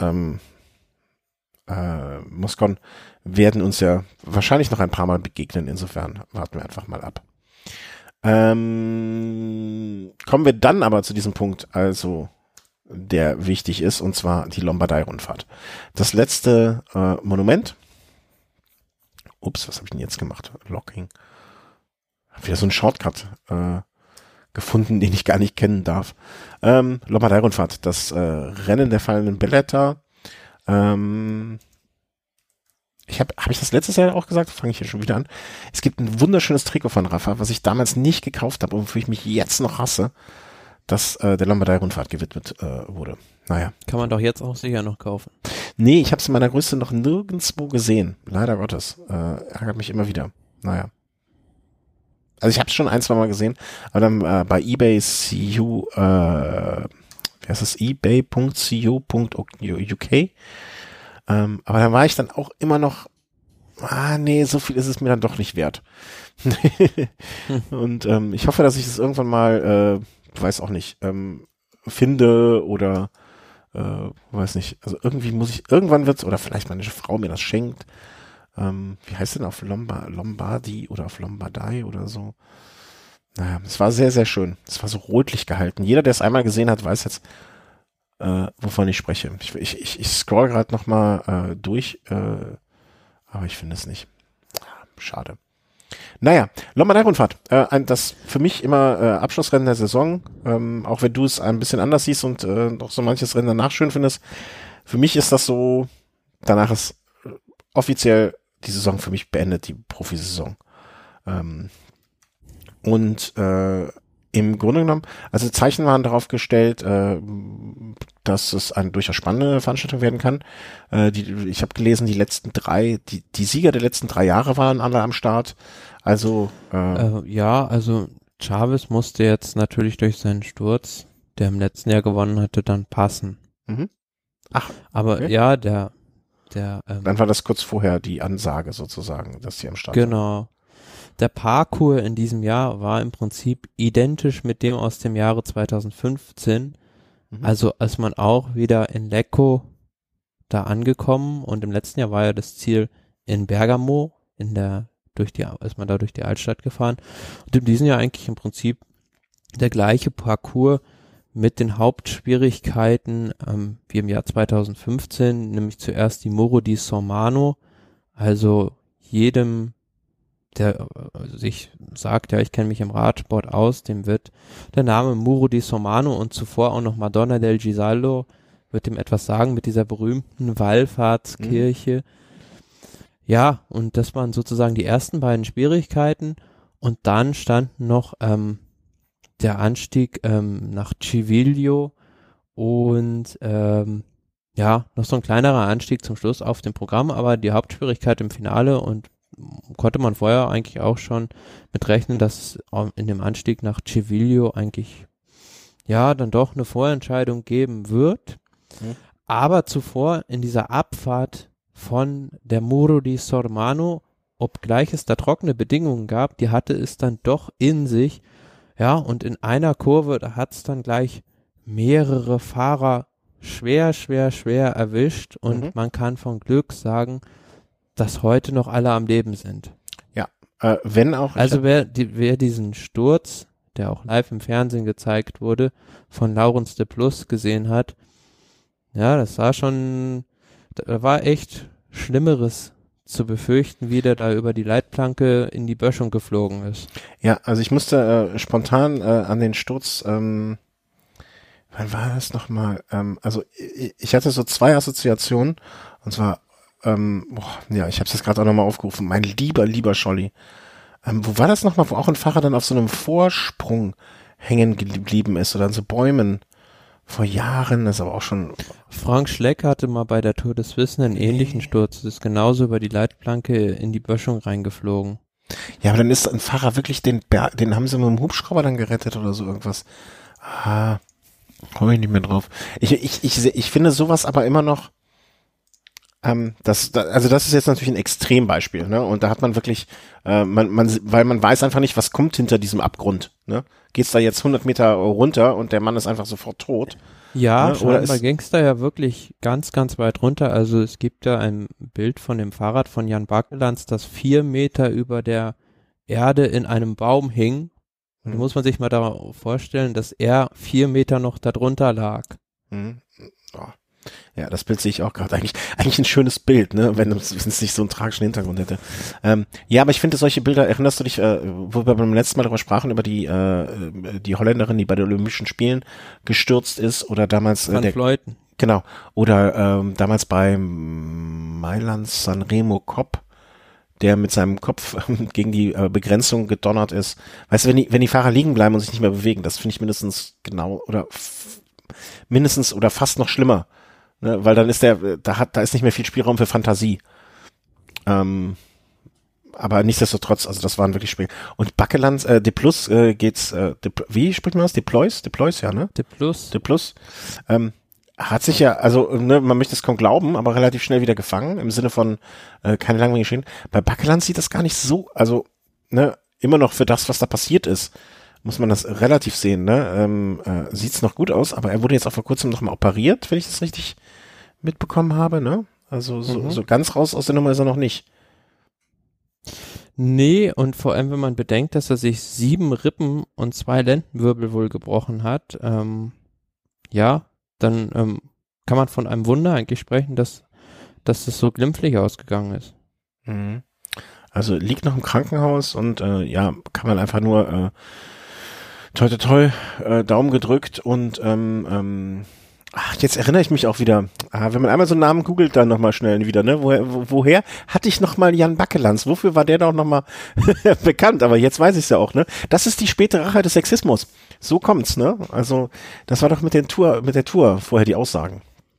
Moscon werden uns ja wahrscheinlich noch ein paar Mal begegnen. Insofern warten wir einfach mal ab. Kommen wir dann aber zu diesem Punkt, also der wichtig ist, und zwar die Lombardei-Rundfahrt. Das letzte Monument. Ups, was habe ich denn jetzt gemacht? Locking. Hab wieder so einen Shortcut gefunden, den ich gar nicht kennen darf. Lombardei-Rundfahrt, das Rennen der fallenden Blätter. Habe ich das letztes Jahr auch gesagt? Fange ich hier schon wieder an. Es gibt ein wunderschönes Trikot von Rafa, was ich damals nicht gekauft habe und wofür ich mich jetzt noch hasse, dass der Lombardei-Rundfahrt gewidmet wurde. Naja. Kann man doch jetzt auch sicher noch kaufen. Nee, ich habe es in meiner Größe noch nirgendwo gesehen. Leider Gottes. Ärgert mich immer wieder. Naja. Also ich habe es schon ein, zwei Mal gesehen, aber dann bei eBay CU, wie heißt das? ebay.cu.uk. Aber da war ich dann auch immer noch, nee, so viel ist es mir dann doch nicht wert. Und ich hoffe, dass ich es irgendwann mal, weiß auch nicht, finde oder weiß nicht, also irgendwann wird's, oder vielleicht meine Frau mir das schenkt. Wie heißt denn auf Lombardi oder auf Lombardei oder so? Naja, es war sehr, sehr schön. Es war so rotlich gehalten. Jeder, der es einmal gesehen hat, weiß jetzt, wovon ich spreche. Ich scroll gerade nochmal durch, aber ich finde es nicht. Schade. Naja, Lombardei-Rundfahrt. Das für mich immer Abschlussrennen der Saison, auch wenn du es ein bisschen anders siehst und noch so manches Rennen danach schön findest. Für mich ist das so, danach ist offiziell die Saison für mich beendet, die Profisaison. Im Grunde genommen, also Zeichen waren darauf gestellt, dass es eine durchaus spannende Veranstaltung werden kann. Ich habe gelesen, die Sieger der letzten 3 Jahre waren alle am Start. Also also Chavez musste jetzt natürlich durch seinen Sturz, der im letzten Jahr gewonnen hatte, dann passen. Mhm. Ach, aber okay. Ja, dann war das kurz vorher die Ansage sozusagen, dass sie am Start sind. Genau. Der Parcours in diesem Jahr war im Prinzip identisch mit dem aus dem Jahre 2015. Also ist man auch wieder in Lecco da angekommen und im letzten Jahr war ja das Ziel in Bergamo, ist man da durch die Altstadt gefahren. Und in diesem Jahr eigentlich im Prinzip der gleiche Parcours mit den Hauptschwierigkeiten wie im Jahr 2015, nämlich zuerst die Muro di Sormano, also jedem, der sich sagt, ja, ich kenne mich im Radsport aus, dem wird der Name Muro di Sormano und zuvor auch noch Madonna del Gisallo, wird dem etwas sagen mit dieser berühmten Wallfahrtskirche. Ja, und das waren sozusagen die ersten beiden Schwierigkeiten und dann stand noch der Anstieg nach Civiglio und noch so ein kleinerer Anstieg zum Schluss auf dem Programm, aber die Hauptschwierigkeit im Finale und konnte man vorher eigentlich auch schon mit rechnen, dass in dem Anstieg nach Civiglio eigentlich dann doch eine Vorentscheidung geben wird. Aber zuvor in dieser Abfahrt von der Muro di Sormano, obgleich es da trockene Bedingungen gab, die hatte es dann doch in sich. Ja, und in einer Kurve, da hat es dann gleich mehrere Fahrer schwer erwischt und man kann von Glück sagen, dass heute noch alle am Leben sind. Ja, wenn auch. Also wer diesen Sturz, der auch live im Fernsehen gezeigt wurde, von Laurens de Plus gesehen hat, ja, das war schon, da war echt Schlimmeres zu befürchten, wie der da über die Leitplanke in die Böschung geflogen ist. Ja, also ich musste spontan an den Sturz, wann war das nochmal? Also ich hatte so zwei Assoziationen, und zwar, ja, ich habe es jetzt gerade auch nochmal aufgerufen, mein lieber Scholli. Wo war das nochmal, wo auch ein Fahrer dann auf so einem Vorsprung hängen geblieben ist oder an so Bäumen? Vor Jahren, das ist aber auch schon. Frank Schleck hatte mal bei der Tour de Suisse einen ähnlichen Sturz, ist genauso über die Leitplanke in die Böschung reingeflogen. Ja, aber dann ist ein Fahrer wirklich den haben sie mit dem Hubschrauber dann gerettet oder so irgendwas. Komme ich nicht mehr drauf. Ich finde sowas aber immer noch, also das ist jetzt natürlich ein Extrembeispiel, ne? Und da hat man wirklich, weil man weiß einfach nicht, was kommt hinter diesem Abgrund, ne? Geht's da jetzt 100 Meter runter und der Mann ist einfach sofort tot? Ja, ne? scheinbar ging's da ja wirklich ganz weit runter. Also es gibt ja ein Bild von dem Fahrrad von Jan Bakelands, das 4 Meter über der Erde in einem Baum hing. Da muss man sich mal darauf vorstellen, dass er 4 Meter noch darunter lag. Oh. Ja, das Bild sehe ich auch gerade. Eigentlich ein schönes Bild, ne, wenn es nicht so einen tragischen Hintergrund hätte. Ja, aber ich finde solche Bilder, erinnerst du dich, wo wir beim letzten Mal darüber sprachen, über die Holländerin, die bei den Olympischen Spielen gestürzt ist, oder damals Van Vleuten. Genau. Oder damals beim Mailand Sanremo Cop, der mit seinem Kopf gegen die Begrenzung gedonnert ist. Weißt du, wenn die Fahrer liegen bleiben und sich nicht mehr bewegen, das finde ich mindestens oder fast noch schlimmer. Ne, weil dann ist da ist nicht mehr viel Spielraum für Fantasie. Aber nichtsdestotrotz, also das waren wirklich Spiele. Und Bakelands, De Plus geht's, wie spricht man das? De Plus, ja, ne? De Plus. Hat sich ja, also ne, man möchte es kaum glauben, aber relativ schnell wieder gefangen, im Sinne von keine langweilige Geschichte. Bei Bakelands sieht das gar nicht so, also ne, immer noch für das, was da passiert ist, muss man das relativ sehen, ne? Sieht's noch gut aus, aber er wurde jetzt auch vor kurzem nochmal operiert, wenn ich das richtig mitbekommen habe, ne? Also so ganz raus aus der Nummer ist er noch nicht. Nee, und vor allem, wenn man bedenkt, dass er sich 7 Rippen und 2 Lendenwirbel wohl gebrochen hat, ja, dann kann man von einem Wunder eigentlich sprechen, dass das so glimpflich ausgegangen ist. Also liegt noch im Krankenhaus und ja, kann man einfach nur toi, Daumen gedrückt und jetzt erinnere ich mich auch wieder. Wenn man einmal so einen Namen googelt, dann nochmal schnell wieder, ne? Woher hatte ich nochmal Jan Bakelands? Wofür war der doch nochmal bekannt? Aber jetzt weiß ich es ja auch, ne? Das ist die späte Rache des Sexismus. So kommt's, ne? Also, das war doch mit der Tour vorher die Aussagen.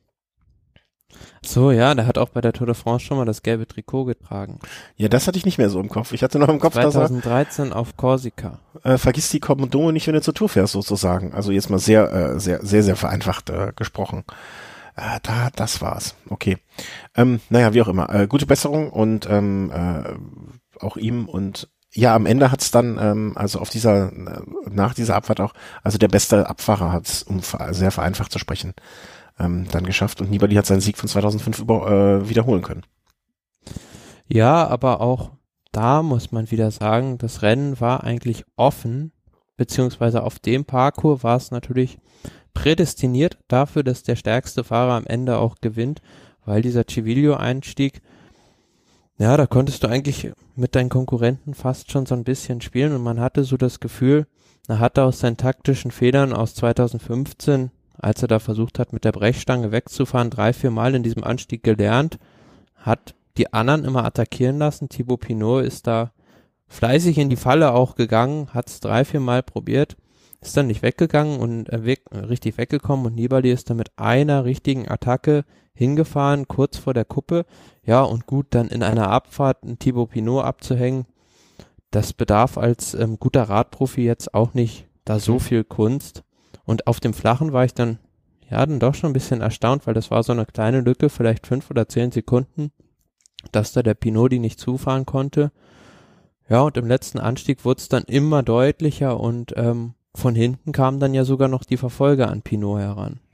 So, ja, der hat auch bei der Tour de France schon mal das gelbe Trikot getragen. Ja, das hatte ich nicht mehr so im Kopf. Ich hatte noch im Kopf, 2013 auf Korsika. Vergiss die Kommodore nicht, wenn du zur Tour fährst, sozusagen. Also jetzt mal sehr vereinfacht gesprochen. Das war's. Okay. Naja, wie auch immer. Gute Besserung und auch ihm und ja, am Ende hat's dann, also nach dieser Abfahrt auch, also der beste Abfahrer hat's, um sehr vereinfacht zu sprechen, dann geschafft und Nibali hat seinen Sieg von 2005 wiederholen können. Ja, aber auch da muss man wieder sagen, das Rennen war eigentlich offen, beziehungsweise auf dem Parcours war es natürlich prädestiniert dafür, dass der stärkste Fahrer am Ende auch gewinnt, weil dieser Civilio-Einstieg, ja, da konntest du eigentlich mit deinen Konkurrenten fast schon so ein bisschen spielen und man hatte so das Gefühl, er hatte aus seinen taktischen Fehlern aus 2015, als er da versucht hat, mit der Brechstange wegzufahren, 3-4 Mal in diesem Anstieg gelernt, hat die anderen immer attackieren lassen. Thibaut Pinot ist da fleißig in die Falle auch gegangen, hat es 3-4 Mal probiert, ist dann nicht weggegangen und richtig weggekommen und Nibali ist dann mit einer richtigen Attacke hingefahren, kurz vor der Kuppe. Ja, und gut, dann in einer Abfahrt einen Thibaut Pinot abzuhängen, das bedarf als guter Radprofi jetzt auch nicht da so viel Kunst. Und auf dem Flachen war ich dann, ja, dann doch schon ein bisschen erstaunt, weil das war so eine kleine Lücke, vielleicht 5 oder 10 Sekunden, dass da der Pinot die nicht zufahren konnte. Ja, und im letzten Anstieg wurde es dann immer deutlicher und von hinten kamen dann ja sogar noch die Verfolger an Pinot heran.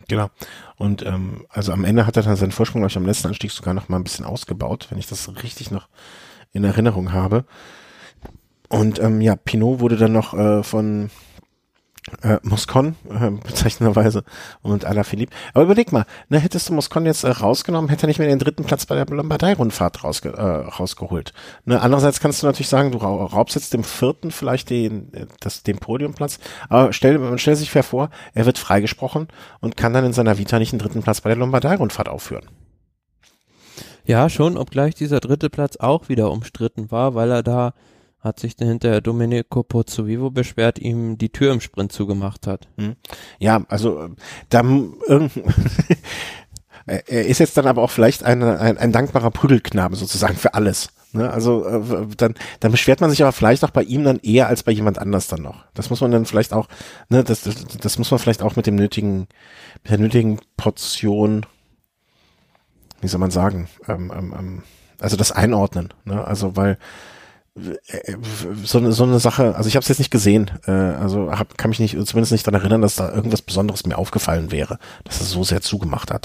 Genau. Und also am Ende hat er dann seinen Vorsprung, glaube ich, am letzten Anstieg sogar noch mal ein bisschen ausgebaut, wenn ich das richtig noch in Erinnerung habe. Und ja, Pinot wurde dann noch von Moscon, bezeichnenderweise, und Alaphilippe. Aber überleg mal, ne, hättest du Moscon jetzt rausgenommen, hätte er nicht mehr den 3. Platz bei der Lombardei-Rundfahrt rausgeholt. Ne, andererseits kannst du natürlich sagen, du raubst jetzt dem 4. vielleicht den Podiumplatz, aber man stellt sich vor, er wird freigesprochen und kann dann in seiner Vita nicht den 3. Platz bei der Lombardei-Rundfahrt aufführen. Ja, schon, obgleich dieser 3. Platz auch wieder umstritten war, weil er da hat sich dann hinterher Domenico Pozzovivo beschwert, ihm die Tür im Sprint zugemacht hat. Ja, also er ist jetzt dann aber auch vielleicht ein dankbarer Prügelknabe sozusagen für alles. Ne? Also dann beschwert man sich aber vielleicht auch bei ihm dann eher als bei jemand anders dann noch. Das muss man dann vielleicht auch, ne, das muss man vielleicht auch mit der nötigen Portion, wie soll man sagen, also das einordnen. Ne? Also weil so eine Sache, also ich habe es jetzt nicht gesehen, kann mich nicht, zumindest nicht daran erinnern, dass da irgendwas Besonderes mir aufgefallen wäre, dass es so sehr zugemacht hat.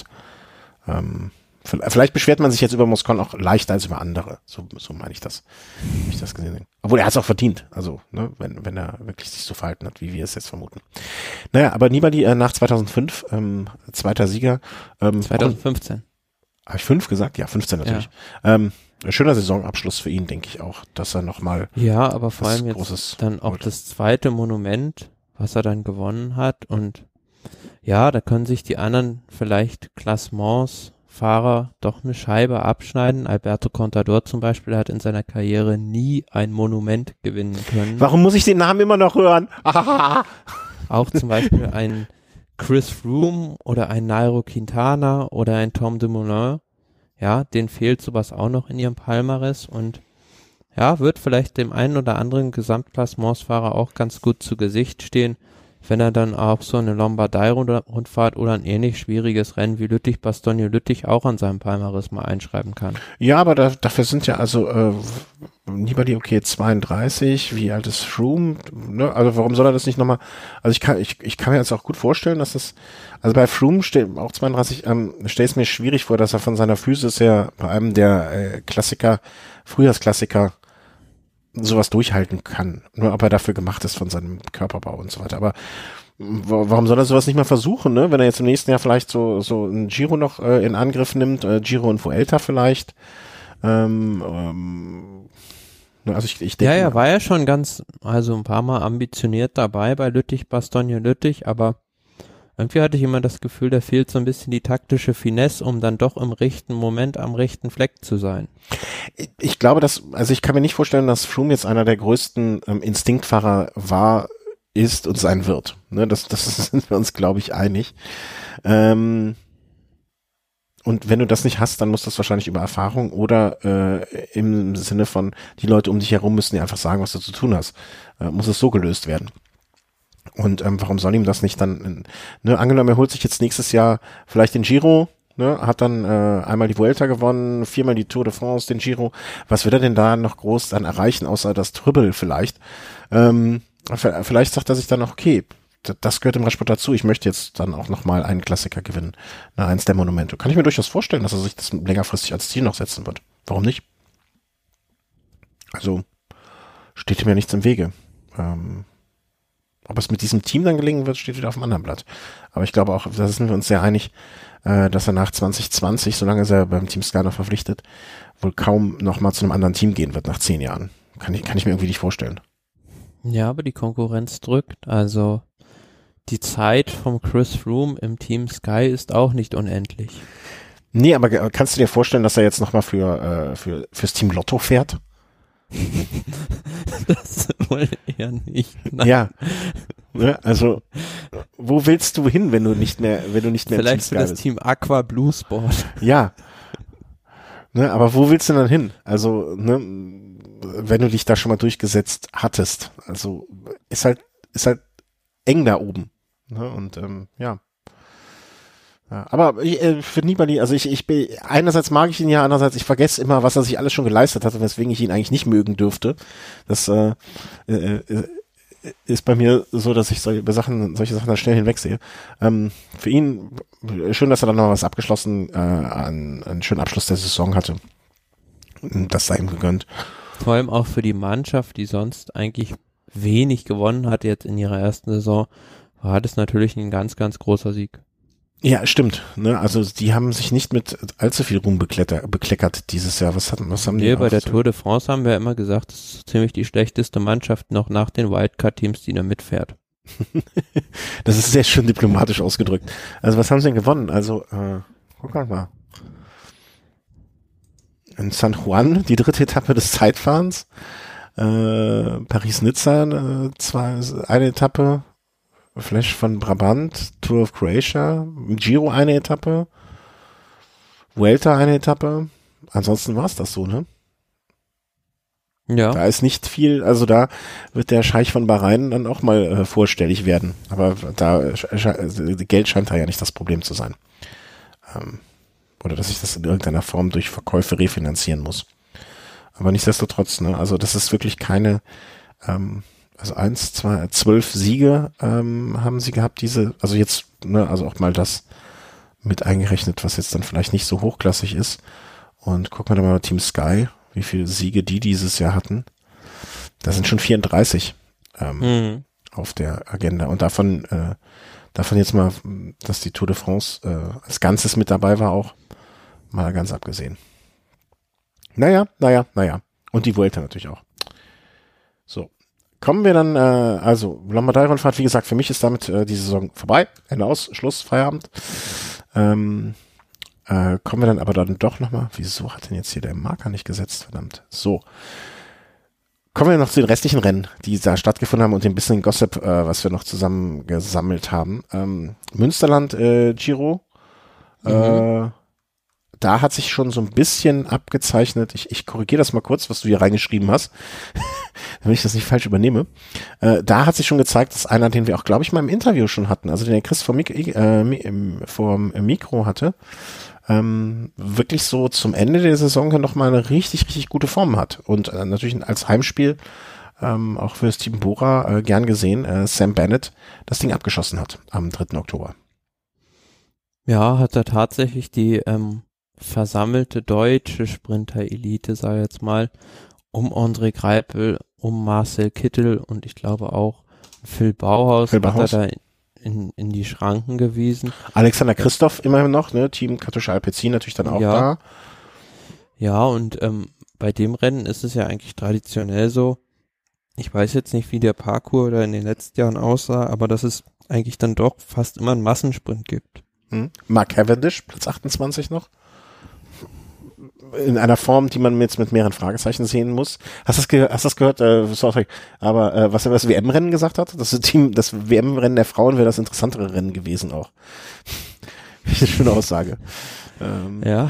Vielleicht beschwert man sich jetzt über Moscon auch leichter als über andere, so meine ich das, wie ich das gesehen habe. Obwohl er hat es auch verdient, also ne, wenn er wirklich sich so verhalten hat, wie wir es jetzt vermuten. Naja, aber Nibali nach 2005, zweiter Sieger. 2015. Habe ich 5 gesagt? Ja, 15 natürlich. Ja. Ein schöner Saisonabschluss für ihn, denke ich auch, dass er nochmal. Ja, aber vor allem jetzt dann auch das zweite Monument, was er dann gewonnen hat. Und ja, da können sich die anderen vielleicht Klassementsfahrer doch eine Scheibe abschneiden. Alberto Contador zum Beispiel hat in seiner Karriere nie ein Monument gewinnen können. Warum muss ich den Namen immer noch hören? Auch zum Beispiel ein Chris Froome oder ein Nairo Quintana oder ein Tom Dumoulin. Ja, denen fehlt sowas auch noch in ihrem Palmares und ja, wird vielleicht dem einen oder anderen Gesamtklassementsfahrer auch ganz gut zu Gesicht stehen, wenn er dann auch so eine Lombardei-Rundfahrt oder ein ähnlich schwieriges Rennen wie Lüttich-Bastogne-Lüttich auch an seinem Palmares mal einschreiben kann. Ja, aber dafür sind ja also Nibali, okay, 32, wie alt ist Froome? Ne? Also warum soll er das nicht nochmal, also ich kann mir jetzt auch gut vorstellen, dass das, also bei Froome steht auch 32, stelle es mir schwierig vor, dass er von seiner Physis her bei einem der Frühjahrsklassiker sowas durchhalten kann. Nur ob er dafür gemacht ist von seinem Körperbau und so weiter. Aber warum soll er sowas nicht mal versuchen, ne? Wenn er jetzt im nächsten Jahr vielleicht so ein Giro noch in Angriff nimmt, Giro und Vuelta vielleicht. Also ich denke. Ja, er war ja schon also ein paar Mal ambitioniert dabei bei Lüttich-Bastogne-Lüttich, aber irgendwie hatte ich immer das Gefühl, da fehlt so ein bisschen die taktische Finesse, um dann doch im rechten Moment am rechten Fleck zu sein. Ich glaube, also ich kann mir nicht vorstellen, dass Froome jetzt einer der größten Instinktfahrer ist und sein wird. Ne, das sind wir uns, glaube ich, einig. Und wenn du das nicht hast, dann muss das wahrscheinlich über Erfahrung oder im Sinne von, die Leute um dich herum müssen dir einfach sagen, was du zu tun hast. Muss es so gelöst werden. Und warum soll ihm das nicht dann, ne, angenommen, er holt sich jetzt nächstes Jahr vielleicht den Giro, ne, hat dann einmal die Vuelta gewonnen, 4-mal die Tour de France, den Giro. Was wird er denn da noch groß dann erreichen, außer das Triple vielleicht? Vielleicht sagt er sich dann auch, okay, das gehört im Radsport dazu, ich möchte jetzt dann auch nochmal einen Klassiker gewinnen, eins der Monumente. Kann ich mir durchaus vorstellen, dass er sich das längerfristig als Ziel noch setzen wird. Warum nicht? Also, steht ihm ja nichts im Wege. Ob es mit diesem Team dann gelingen wird, steht wieder auf dem anderen Blatt. Aber ich glaube auch, da sind wir uns sehr einig, dass er nach 2020, solange ist er beim Team Sky noch verpflichtet, wohl kaum nochmal zu einem anderen Team gehen wird nach 10 Jahren. Kann ich mir irgendwie nicht vorstellen. Ja, aber die Konkurrenz drückt. Also die Zeit vom Chris Froome im Team Sky ist auch nicht unendlich. Nee, aber kannst du dir vorstellen, dass er jetzt nochmal fürs Team Lotto fährt? Das wohl eher nicht. Nein. Ja, also wo willst du hin, wenn du nicht mehr vielleicht für das Team Aqua Blue Sport. Ja, ne, aber wo willst du dann hin? Also, ne, wenn du dich da schon mal durchgesetzt hattest, also ist halt eng da oben, ne? Und ja. Ja, aber für Nibali, also ich bin, einerseits mag ich ihn ja, andererseits ich vergesse immer, was er sich alles schon geleistet hat und weswegen ich ihn eigentlich nicht mögen dürfte. Das ist bei mir so, dass ich solche Sachen dann schnell hinwegsehe. Für ihn schön, dass er dann noch was abgeschlossen, einen schönen Abschluss der Saison hatte. Das sei ihm gegönnt. Vor allem auch für die Mannschaft, die sonst eigentlich wenig gewonnen hat jetzt in ihrer ersten Saison, war das natürlich ein ganz, ganz großer Sieg. Ja, stimmt. Ne? Also die haben sich nicht mit allzu viel Ruhm bekleckert dieses Jahr. Was haben die? Bei der Tour de France haben wir immer gesagt, das ist ziemlich die schlechteste Mannschaft noch nach den Wildcard-Teams, die da mitfährt. Das ist sehr schön diplomatisch ausgedrückt. Also was haben sie denn gewonnen? Also, guck mal. In San Juan, die 3. Etappe des Zeitfahrens. Paris-Nizza, eine Etappe. Flash von Brabant, Tour of Croatia, Giro eine Etappe. Vuelta eine Etappe. Ansonsten war es das so, ne? Ja. Da ist nicht viel, also da wird der Scheich von Bahrain dann auch mal vorstellig werden. Aber Geld scheint da ja nicht das Problem zu sein. Oder dass ich das in irgendeiner Form durch Verkäufe refinanzieren muss. Aber nichtsdestotrotz, ne, also das ist wirklich keine, also 12 Siege haben sie gehabt, also jetzt, ne, also auch mal das mit eingerechnet, was jetzt dann vielleicht nicht so hochklassig ist. Und gucken wir da mal Team Sky, wie viele Siege die dieses Jahr hatten. Das sind schon 34 auf der Agenda. Und davon jetzt mal, dass die Tour de France als Ganzes mit dabei war auch, mal ganz abgesehen. Naja. Und die Vuelta natürlich auch. So. Kommen wir dann, also Lombardei-Rundfahrt, wie gesagt, für mich ist damit die Saison vorbei. Ende aus, Schluss, Feierabend. Kommen wir dann aber dann doch nochmal, wieso hat denn jetzt hier der Marker nicht gesetzt, verdammt. So. Kommen wir noch zu den restlichen Rennen, die da stattgefunden haben und dem bisschen Gossip, was wir noch zusammen gesammelt haben. Münsterland, Giro. Da hat sich schon so ein bisschen abgezeichnet, ich korrigiere das mal kurz, was du hier reingeschrieben hast, damit ich das nicht falsch übernehme. Da hat sich schon gezeigt, dass einer, den wir auch, glaube ich, mal im Interview schon hatten, also den der Chris vom Mikro hatte, wirklich so zum Ende der Saison noch mal eine richtig, richtig gute Form hat. Und natürlich als Heimspiel, auch für das Team Bora gern gesehen, Sam Bennett das Ding abgeschossen hat am 3. Oktober. Ja, hat er tatsächlich die versammelte deutsche Sprinter-Elite, sag ich jetzt mal, um André Greipel, um Marcel Kittel und ich glaube auch Phil Bauhaus. Hat er da in die Schranken gewiesen. Alexander Christoph immerhin noch, ne, Team Katusha Alpecin natürlich dann auch da. Ja, und bei dem Rennen ist es ja eigentlich traditionell so, ich weiß jetzt nicht, wie der Parcours da in den letzten Jahren aussah, aber dass es eigentlich dann doch fast immer einen Massensprint gibt. Mark Cavendish, Platz 28 noch. In einer Form, die man jetzt mit mehreren Fragezeichen sehen muss. Hast du das gehört? Sorry, aber was er über das WM-Rennen gesagt hat? Das WM-Rennen der Frauen wäre das interessantere Rennen gewesen auch. Eine schöne Aussage. Ja.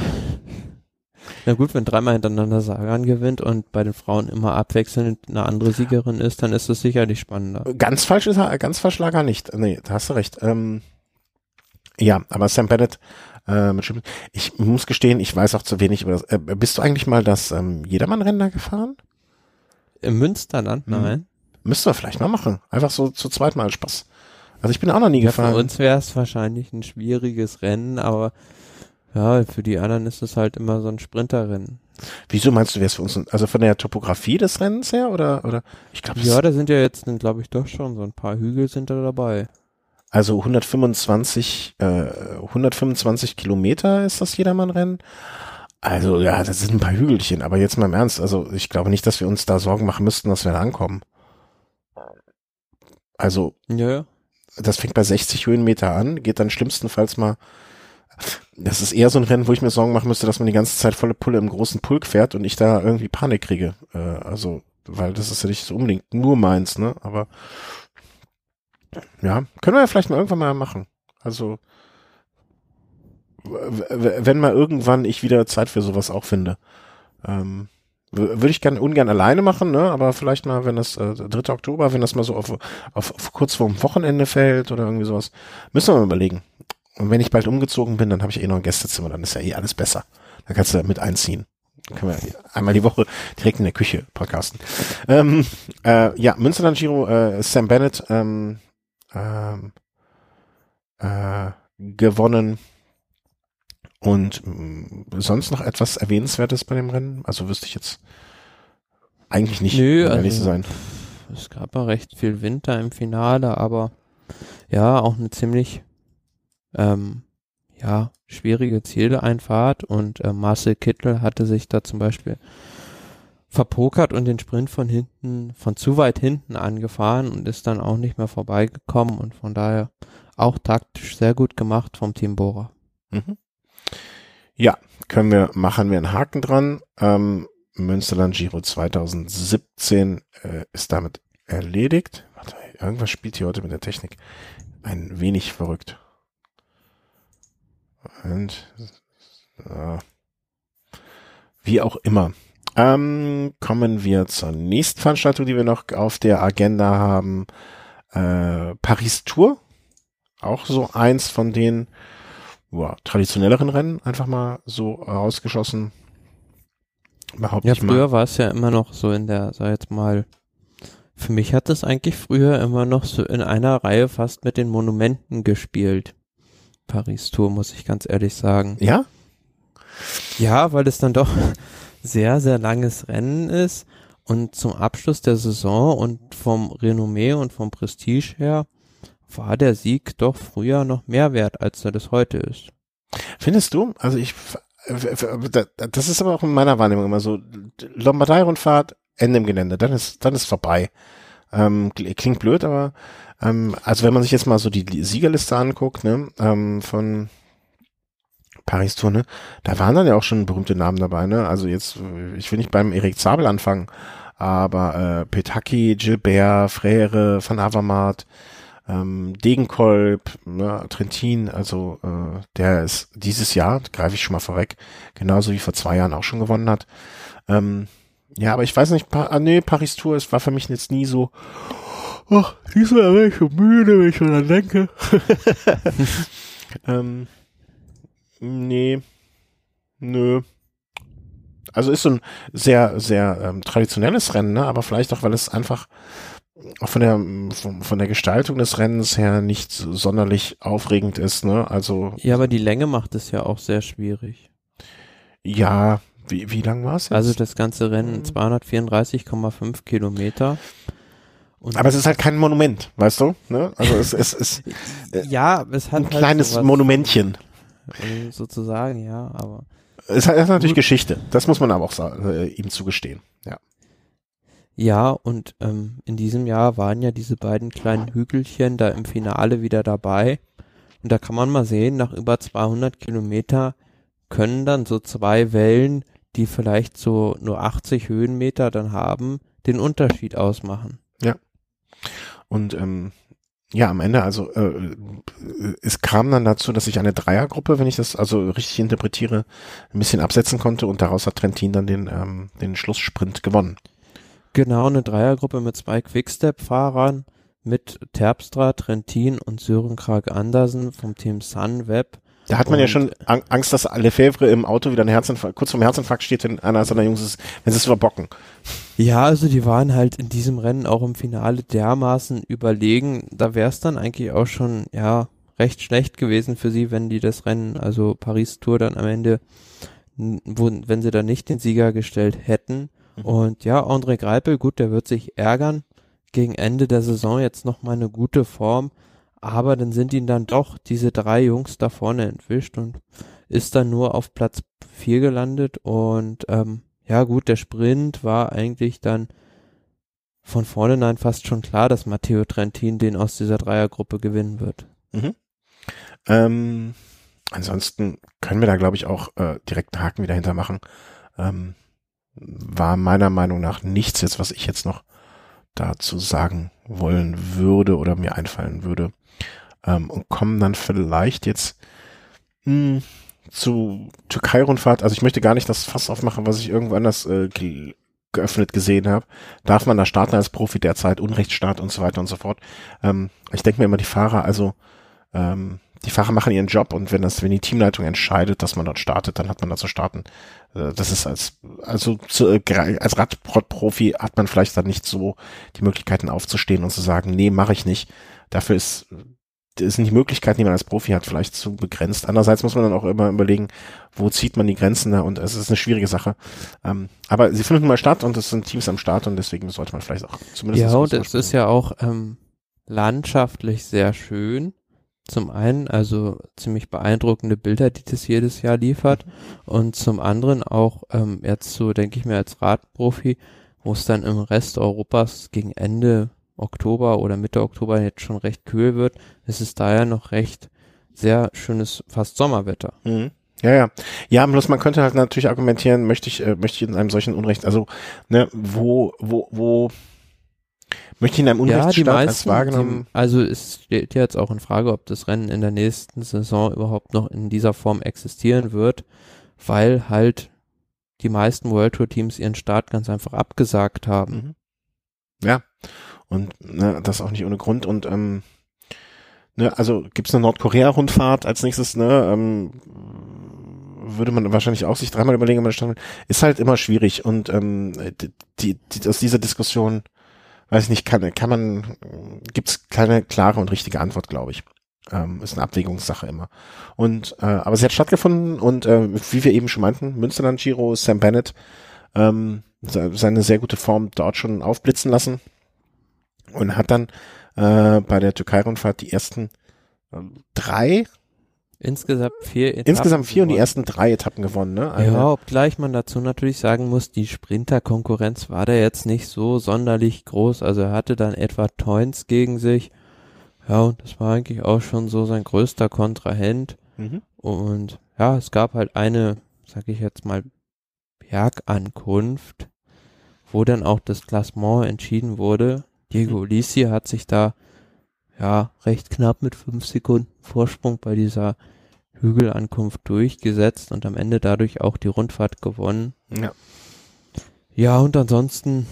Na gut, wenn 3-mal hintereinander Sagan gewinnt und bei den Frauen immer abwechselnd eine andere Siegerin ist, dann ist das sicherlich spannender. Ganz falsch lag er nicht. Nee, da hast du recht. Ja, aber Sam Bennett, ich muss gestehen, ich weiß auch zu wenig über das. Bist du eigentlich mal das Jedermann-Rennen da gefahren? Im Münsterland? Nein. Müssten wir vielleicht mal machen. Einfach so zu zweit mal Spaß. Also ich bin auch noch nie gefahren. Für uns wäre es wahrscheinlich ein schwieriges Rennen, aber ja, für die anderen ist es halt immer so ein Sprinterrennen. Wieso meinst du, wäre es für uns, also von der Topografie des Rennens her oder? Ich glaube, ja, da sind ja jetzt, glaube ich, doch schon so ein paar Hügel sind da dabei. Also 125 Kilometer ist das Jedermann-Rennen. Also ja, das sind ein paar Hügelchen, aber jetzt mal im Ernst, also ich glaube nicht, dass wir uns da Sorgen machen müssten, dass wir da ankommen. Also, ja. Das fängt bei 60 Höhenmeter an, geht dann schlimmstenfalls mal, das ist eher so ein Rennen, wo ich mir Sorgen machen müsste, dass man die ganze Zeit volle Pulle im großen Pulk fährt und ich da irgendwie Panik kriege. Also, weil das ist ja nicht so unbedingt nur meins, ne, aber ja, können wir ja vielleicht mal irgendwann mal machen. Also, wenn mal irgendwann ich wieder Zeit für sowas auch finde. Würde ich ungern alleine machen, ne? Aber vielleicht mal, wenn das 3. Oktober, wenn das mal so auf kurz vorm Wochenende fällt oder irgendwie sowas, müssen wir mal überlegen. Und wenn ich bald umgezogen bin, dann habe ich eh noch ein Gästezimmer, dann ist ja eh alles besser. Dann kannst du da mit einziehen. können wir einmal die Woche direkt in der Küche podcasten. Ja, Münsterland Giro, Sam Bennett gewonnen. Und sonst noch etwas Erwähnenswertes bei dem Rennen? Also wüsste ich jetzt eigentlich nicht, Nö, um ehrlich zu sein. Es gab ja recht viel Winter im Finale, aber ja, auch eine ziemlich schwierige Zieleinfahrt und Marcel Kittel hatte sich da zum Beispiel verpokert und den Sprint von zu weit hinten angefahren und ist dann auch nicht mehr vorbeigekommen und von daher auch taktisch sehr gut gemacht vom Team Bora. Mhm. Ja, machen wir einen Haken dran. Münsterland Giro 2017 ist damit erledigt. Warte, irgendwas spielt hier heute mit der Technik. Ein wenig verrückt. Und wie auch immer. Kommen wir zur nächsten Veranstaltung, die wir noch auf der Agenda haben. Paris Tour. Auch so eins von den traditionelleren Rennen, einfach mal so rausgeschossen. Ja, früher war es ja immer noch so in der, sag jetzt mal, für mich hat es eigentlich früher immer noch so in einer Reihe fast mit den Monumenten gespielt. Paris Tour, muss ich ganz ehrlich sagen. Ja? Ja, weil es dann doch sehr, sehr langes Rennen ist und zum Abschluss der Saison und vom Renommee und vom Prestige her war der Sieg doch früher noch mehr wert, als er das heute ist. Findest du? Also das ist aber auch in meiner Wahrnehmung immer so, Lombardei-Rundfahrt, Ende im Gelände, dann ist vorbei. Klingt blöd, aber also wenn man sich jetzt mal so die Siegerliste anguckt, ne, von Paris Tour, ne, da waren dann ja auch schon berühmte Namen dabei, ne, also jetzt, ich will nicht beim Erik Zabel anfangen, aber Petacchi, Gilbert, Frère, Van Avermaet, Degenkolb, ne, Trentin, also der ist dieses Jahr, greife ich schon mal vorweg, genauso wie vor 2 Jahren auch schon gewonnen hat. Ja, aber ich weiß nicht, Paris Tour, es war für mich jetzt nie so, ach, diesmal wäre ich schon müde, wenn ich schon dran denke. Nee, nö. Also ist so ein sehr, sehr traditionelles Rennen, ne, aber vielleicht auch, weil es einfach auch von der Gestaltung des Rennens her nicht sonderlich aufregend ist, ne? Also ja, aber die Länge macht es ja auch sehr schwierig. Ja, wie lang war es jetzt? Also das ganze Rennen 234,5 Kilometer. Aber es ist halt kein Monument, weißt du? Ne? Also es ist ja, es hat ein kleines Monumentchen. Sozusagen, ja, aber Es hat natürlich Geschichte. Das muss man aber auch ihm zugestehen. Ja. Ja, und in diesem Jahr waren ja diese beiden kleinen Hügelchen da im Finale wieder dabei. Und da kann man mal sehen, nach über 200 Kilometer können dann so 2 Wellen, die vielleicht so nur 80 Höhenmeter dann haben, den Unterschied ausmachen. Ja. Und ja, am Ende, also es kam dann dazu, dass ich eine Dreiergruppe, wenn ich das also richtig interpretiere, ein bisschen absetzen konnte und daraus hat Trentin dann den Schlusssprint gewonnen. Genau, eine Dreiergruppe mit 2 Quickstep-Fahrern, mit Terpstra, Trentin und Søren Kragh Andersen vom Team Sunweb. Da hat man ja schon Angst, dass Lefebvre im Auto wieder kurz vorm Herzinfarkt steht, wenn einer seiner Jungs ist, wenn sie es überbocken. Ja, also die waren halt in diesem Rennen auch im Finale dermaßen überlegen, da wäre es dann eigentlich auch schon, ja, recht schlecht gewesen für sie, wenn die das Rennen, also Paris-Tour dann am Ende, wenn sie dann nicht den Sieger gestellt hätten. Und ja, André Greipel, gut, der wird sich ärgern. Gegen Ende der Saison jetzt nochmal eine gute Form. Aber dann sind ihn dann doch diese 3 Jungs da vorne entwischt und ist dann nur auf Platz 4 gelandet. Und ja gut, der Sprint war eigentlich dann von vornherein fast schon klar, dass Matteo Trentin den aus dieser Dreiergruppe gewinnen wird. Ansonsten können wir da, glaube ich, auch direkt einen Haken wieder hintermachen. War meiner Meinung nach nichts jetzt, was ich jetzt noch dazu sagen wollen würde oder mir einfallen würde. Und kommen dann vielleicht jetzt zu Türkei-Rundfahrt. Also ich möchte gar nicht das Fass aufmachen, was ich irgendwo anders geöffnet gesehen habe. Darf man da starten als Profi derzeit, Unrechtsstaat und so weiter und so fort. Ich denke mir immer, die Fahrer, also die Fahrer machen ihren Job und wenn die Teamleitung entscheidet, dass man dort startet, dann hat man da zu starten. Das ist als Radprofi hat man vielleicht dann nicht so die Möglichkeiten aufzustehen und zu sagen, nee, mache ich nicht. Dafür sind die Möglichkeiten, die man als Profi hat, vielleicht zu begrenzt. Andererseits muss man dann auch immer überlegen, wo zieht man die Grenzen da und es ist eine schwierige Sache. Aber sie finden mal statt und es sind Teams am Start und deswegen sollte man vielleicht auch zumindest... Ja, und es ist ja auch landschaftlich sehr schön. Zum einen also ziemlich beeindruckende Bilder, die das jedes Jahr liefert und zum anderen auch jetzt so, denke ich mir als Radprofi, wo es dann im Rest Europas gegen Ende Oktober oder Mitte Oktober jetzt schon recht kühl wird, ist es daher noch recht sehr schönes, fast Sommerwetter. Mhm. Ja. Ja, bloß man könnte halt natürlich argumentieren, möchte ich in einem solchen Unrecht, also, ne, wo möchte ich in einem Unrechtsstaat als wahrgenommen? Also es steht jetzt auch in Frage, ob das Rennen in der nächsten Saison überhaupt noch in dieser Form existieren wird, weil halt die meisten World Tour Teams ihren Start ganz einfach abgesagt haben. Mhm. Ja. Und ne, das auch nicht ohne Grund und ne, also gibt's eine Nordkorea-Rundfahrt als nächstes, ne, würde man wahrscheinlich auch sich dreimal überlegen, ob man starten will. Ist halt immer schwierig und aus dieser Diskussion, weiß ich nicht, gibt's keine klare und richtige Antwort, glaube ich. Ist eine Abwägungssache immer. Und aber sie hat stattgefunden und wie wir eben schon meinten, Münsterland Giro, Sam Bennett seine sehr gute Form dort schon aufblitzen lassen. Und hat dann bei der Türkei-Rundfahrt die ersten 3 Insgesamt 4 Etappen. Insgesamt 4 und die ersten 3 Etappen gewonnen, ne? Ja, obgleich man dazu natürlich sagen muss, die Sprinterkonkurrenz war da jetzt nicht so sonderlich groß. Also er hatte dann etwa Toins gegen sich. Ja, und das war eigentlich auch schon so sein größter Kontrahent. Mhm. Und ja, es gab halt eine, sag ich jetzt mal, Bergankunft, wo dann auch das Klassement entschieden wurde. Diego Ulissi hat sich da ja recht knapp mit 5 Sekunden Vorsprung bei dieser Hügelankunft durchgesetzt und am Ende dadurch auch die Rundfahrt gewonnen. Ja. Ja, und ansonsten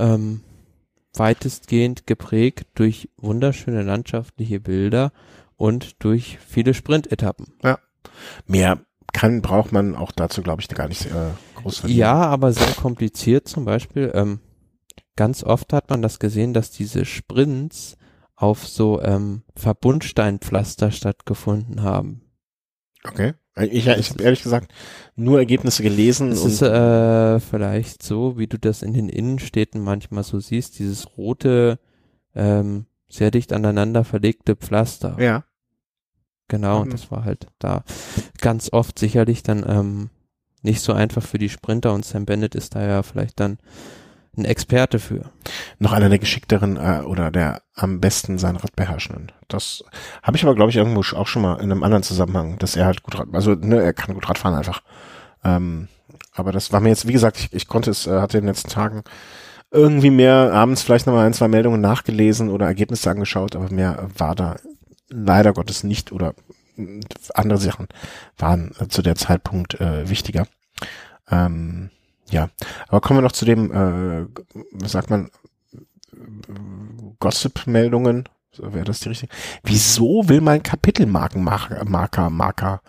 weitestgehend geprägt durch wunderschöne landschaftliche Bilder und durch viele Sprintetappen. Ja. Mehr braucht man auch dazu, glaube ich, gar nicht groß verlieren. Ja, aber sehr kompliziert zum Beispiel. Ganz oft hat man das gesehen, dass diese Sprints auf so Verbundsteinpflaster stattgefunden haben. Okay. Ich habe ehrlich gesagt nur Ergebnisse gelesen. Es ist vielleicht so, wie du das in den Innenstädten manchmal so siehst, dieses rote, sehr dicht aneinander verlegte Pflaster. Ja. Genau, und das war halt da ganz oft sicherlich dann nicht so einfach für die Sprinter und Sam Bennett ist da ja vielleicht dann ein Experte für. Noch einer der geschickteren oder der am besten sein Rad beherrschenden. Das habe ich aber, glaube ich, irgendwo auch schon mal in einem anderen Zusammenhang, dass er halt gut er kann gut Rad fahren einfach. Aber das war mir jetzt, wie gesagt, ich konnte es, hatte in den letzten Tagen irgendwie mehr abends vielleicht nochmal 1, 2 Meldungen nachgelesen oder Ergebnisse angeschaut, aber mehr war da leider Gottes nicht oder andere Sachen waren zu der Zeitpunkt wichtiger. Ja, aber kommen wir noch zu dem, was sagt man, Gossip-Meldungen, so wäre das die richtige. Wieso will mein Kapitelmarkenmacher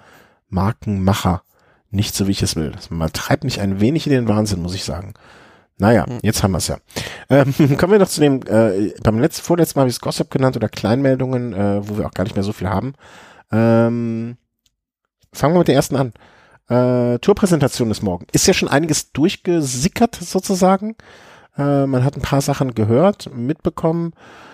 nicht so, wie ich es will? Das treibt mich ein wenig in den Wahnsinn, muss ich sagen. Naja, jetzt haben wir es ja. Kommen wir noch zu dem, vorletzten Mal habe ich es Gossip genannt oder Kleinmeldungen, wo wir auch gar nicht mehr so viel haben. Fangen wir mit der ersten an. Tourpräsentation ist morgen. Ist ja schon einiges durchgesickert sozusagen. Man hat ein paar Sachen gehört, mitbekommen.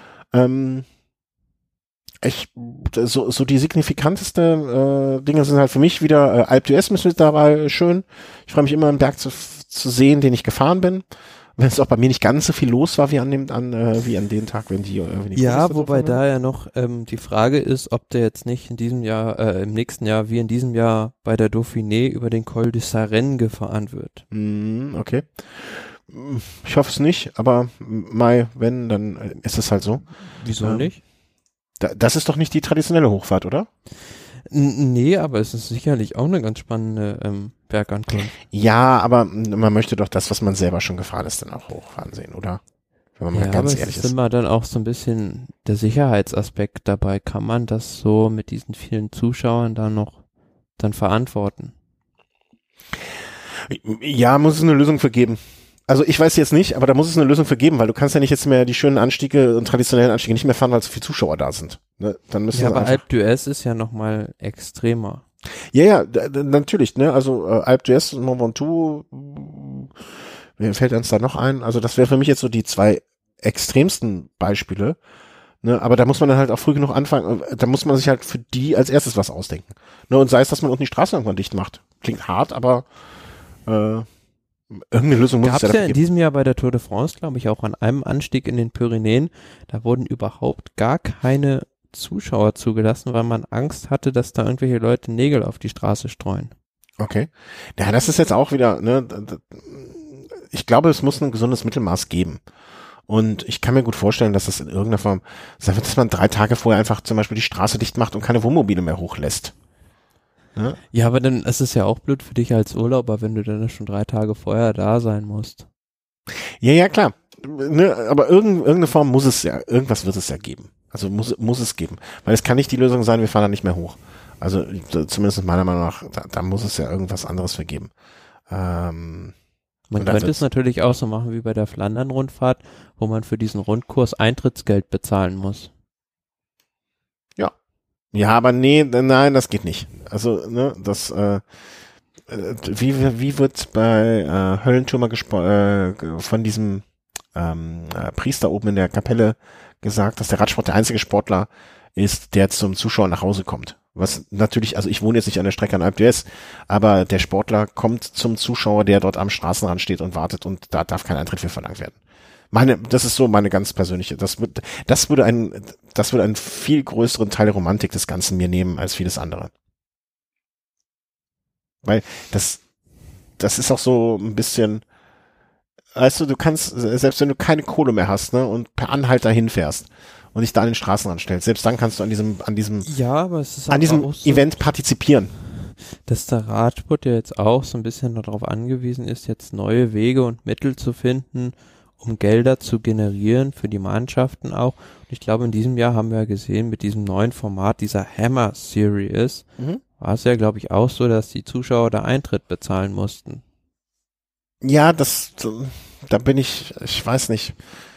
So die signifikanteste Dinge sind halt für mich wieder Alpe d'Huez ist mit dabei schön. Ich freue mich immer, einen Berg zu sehen, den ich gefahren bin. Wenn es auch bei mir nicht ganz so viel los war wie an den Tag, wenn die ja, wobei da ja noch die Frage ist, ob der jetzt nicht in diesem Jahr, im nächsten Jahr wie in diesem Jahr bei der Dauphiné über den Col de Sarenne gefahren wird. Okay. Ich hoffe es nicht, aber wenn, dann ist es halt so. Wieso nicht? Das ist doch nicht die traditionelle Hochfahrt, oder? Nee, aber es ist sicherlich auch eine ganz spannende Bergankunft. Ja, aber man möchte doch das, was man selber schon gefahren ist, dann auch hochfahren sehen, oder? wenn man Ja, ganz aber ehrlich es ist. ist immer dann auch so ein bisschen der Sicherheitsaspekt dabei. Kann man das so mit diesen vielen Zuschauern dann verantworten? Ja, muss es eine Lösung für geben. Also ich weiß jetzt nicht, aber da muss es eine Lösung für geben, weil du kannst ja nicht jetzt mehr die schönen Anstiege und traditionellen Anstiege nicht mehr fahren, weil so viele Zuschauer da sind. Ne? Dann müssen Ja, sie aber einfach. Alpe d'Huez ist ja nochmal extremer. Ja, natürlich, ne? Also Alpe d'Huez und Mont Ventoux, wer fällt uns da noch ein? Also das wäre für mich jetzt so die zwei extremsten Beispiele. Ne, aber da muss man dann halt auch früh genug anfangen. Da muss man sich halt für die als erstes was ausdenken. Ne, und sei es, dass man unten die Straße irgendwann dicht macht. Klingt hart, aber irgendeine Lösung muss es Gab ja es dafür ja in geben. diesem Jahr bei der Tour de France, glaube ich, auch an einem Anstieg in den Pyrenäen, da wurden überhaupt gar keine Zuschauer zugelassen, weil man Angst hatte, dass da irgendwelche Leute Nägel auf die Straße streuen. Okay. Ja, das ist jetzt auch wieder, ne, ich glaube, es muss ein gesundes Mittelmaß geben. Und ich kann mir gut vorstellen, dass das in irgendeiner Form, dass man 3 Tage vorher einfach zum Beispiel die Straße dicht macht und keine Wohnmobile mehr hochlässt. Ne? Ja, aber dann ist es ja auch blöd für dich als Urlauber, wenn du dann schon 3 Tage vorher da sein musst. Ja, klar. Ne, aber irgendeine Form muss es ja, irgendwas wird es ja geben. Also muss es geben. Weil es kann nicht die Lösung sein, wir fahren da nicht mehr hoch. Also zumindest meiner Meinung nach, da muss es ja irgendwas anderes für geben. Man Und dann könnte es wird's- natürlich auch so machen wie bei der Flandern-Rundfahrt, wo man für diesen Rundkurs Eintrittsgeld bezahlen muss. Ja, aber nein, das geht nicht. Also, ne, wie wird bei Höllentour mal von diesem Priester oben in der Kapelle gesagt, dass der Radsport der einzige Sportler ist, der zum Zuschauer nach Hause kommt. Was natürlich, also ich wohne jetzt nicht an der Strecke an Alpe d'Huez, aber der Sportler kommt zum Zuschauer, der dort am Straßenrand steht und wartet, und da darf kein Eintritt für verlangt werden. Das ist so meine ganz persönliche, das würde einen viel größeren Teil der Romantik des Ganzen mir nehmen als vieles andere. Weil das ist auch so ein bisschen, weißt du, du kannst, selbst wenn du keine Kohle mehr hast, ne, und per Anhalter hinfährst und dich da an den Straßenrand stellst, selbst dann kannst du an diesem Ja, aber es ist auch so, Event partizipieren. dass der Radsport ja jetzt auch so ein bisschen darauf angewiesen ist, jetzt neue Wege und Mittel zu finden, um Gelder zu generieren für die Mannschaften auch. Und ich glaube, in diesem Jahr haben wir ja gesehen, mit diesem neuen Format, dieser Hammer Series, war es ja, glaube ich, auch so, dass die Zuschauer da Eintritt bezahlen mussten. Ja, da bin ich weiß nicht.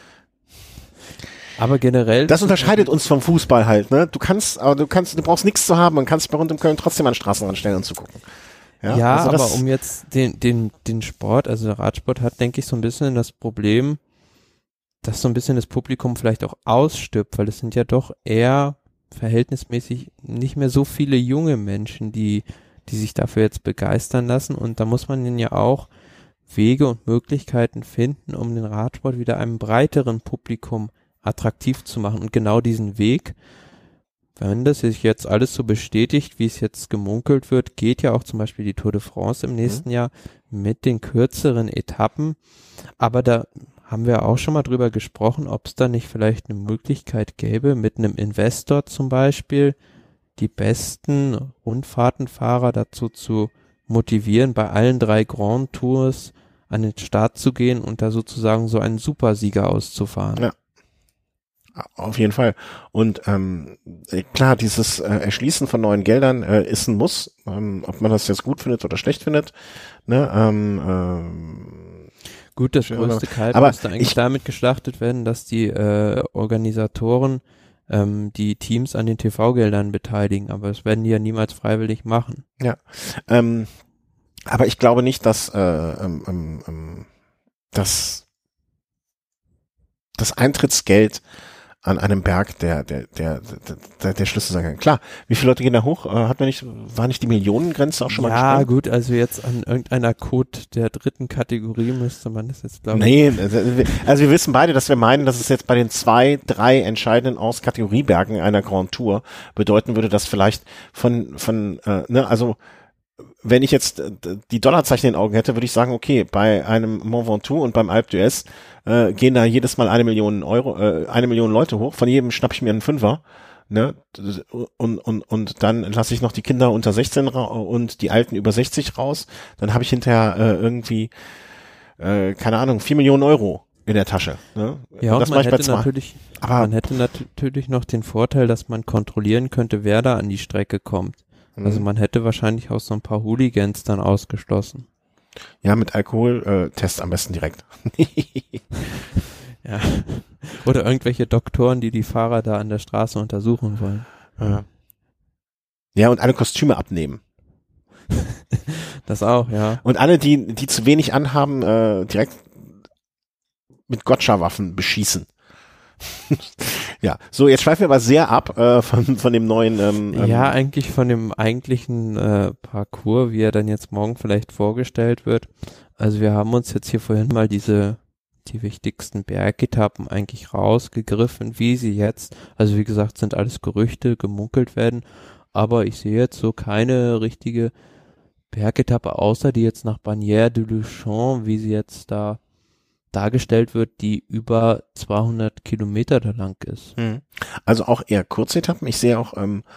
Aber generell. Das unterscheidet uns vom Fußball halt, ne? Du brauchst nichts zu haben und kannst bei rund um Köln trotzdem an den Straßenrand stellen und zugucken. Ja, also aber um jetzt den Sport, also der Radsport hat, denke ich, so ein bisschen das Problem, dass so ein bisschen das Publikum vielleicht auch ausstirbt, weil es sind ja doch eher verhältnismäßig nicht mehr so viele junge Menschen, die sich dafür jetzt begeistern lassen, und da muss man dann ja auch Wege und Möglichkeiten finden, um den Radsport wieder einem breiteren Publikum attraktiv zu machen, und genau diesen Weg, wenn das sich jetzt alles so bestätigt, wie es jetzt gemunkelt wird, geht ja auch zum Beispiel die Tour de France im nächsten Jahr mit den kürzeren Etappen. Aber da haben wir auch schon mal drüber gesprochen, ob es da nicht vielleicht eine Möglichkeit gäbe, mit einem Investor zum Beispiel die besten Rundfahrtenfahrer dazu zu motivieren, bei allen 3 Grand Tours an den Start zu gehen und da sozusagen so einen Supersieger auszufahren. Ja. Auf jeden Fall. Und klar, dieses Erschließen von neuen Geldern ist ein Muss, ob man das jetzt gut findet oder schlecht findet. Ne? Gut, das größte Kalb müsste eigentlich damit geschlachtet werden, dass die Organisatoren die Teams an den TV-Geldern beteiligen, aber das werden die ja niemals freiwillig machen. Ja, aber ich glaube nicht, dass das Eintrittsgeld an einem Berg der Schlüssel sein kann. Klar, wie viele Leute gehen da hoch? War nicht die Millionengrenze auch schon mal gesprochen? Ja, gut, also jetzt an irgendeiner Code der 3. Kategorie müsste man das jetzt, glaube ich. Nee, also wir wissen beide, dass wir meinen, dass es jetzt bei den 2, 3 entscheidenden Aus-Kategoriebergen einer Grand Tour bedeuten würde, dass vielleicht also wenn ich jetzt die Dollarzeichen in den Augen hätte, würde ich sagen, okay, bei einem Mont Ventoux und beim Alpe d'Huez gehen da jedes Mal 1 Million Leute hoch. Von jedem schnapp ich mir einen Fünfer, ne? Und dann lasse ich noch die Kinder unter 16 und die Alten über 60 raus. Dann habe ich hinterher irgendwie keine Ahnung, 4 Millionen Euro. in der Tasche. Ne? Ja, und das man mache ich bei hätte zwei. natürlich, Aber man hätte natürlich noch den Vorteil, dass man kontrollieren könnte, wer da an die Strecke kommt. Also man hätte wahrscheinlich auch so ein paar Hooligans dann ausgeschlossen. ja, mit Alkohol Test am besten direkt. Ja. Oder irgendwelche Doktoren, die Fahrer da an der Straße untersuchen wollen. Ja, und alle Kostüme abnehmen. Das auch, ja. Und alle, die zu wenig anhaben, direkt mit Gotcha-Waffen beschießen. Ja, so, jetzt schweifen wir aber sehr ab von dem neuen ja, eigentlich von dem eigentlichen Parcours, wie er dann jetzt morgen vielleicht vorgestellt wird. Also wir haben uns jetzt hier vorhin mal die wichtigsten Bergetappen eigentlich rausgegriffen, wie sie jetzt, also wie gesagt, sind alles Gerüchte, gemunkelt werden, aber ich sehe jetzt so keine richtige Bergetappe, außer die jetzt nach Bagnères de Luchon, wie sie jetzt da dargestellt wird, die über 200 Kilometer da lang ist. Also auch eher Kurzetappen. Ich sehe auch,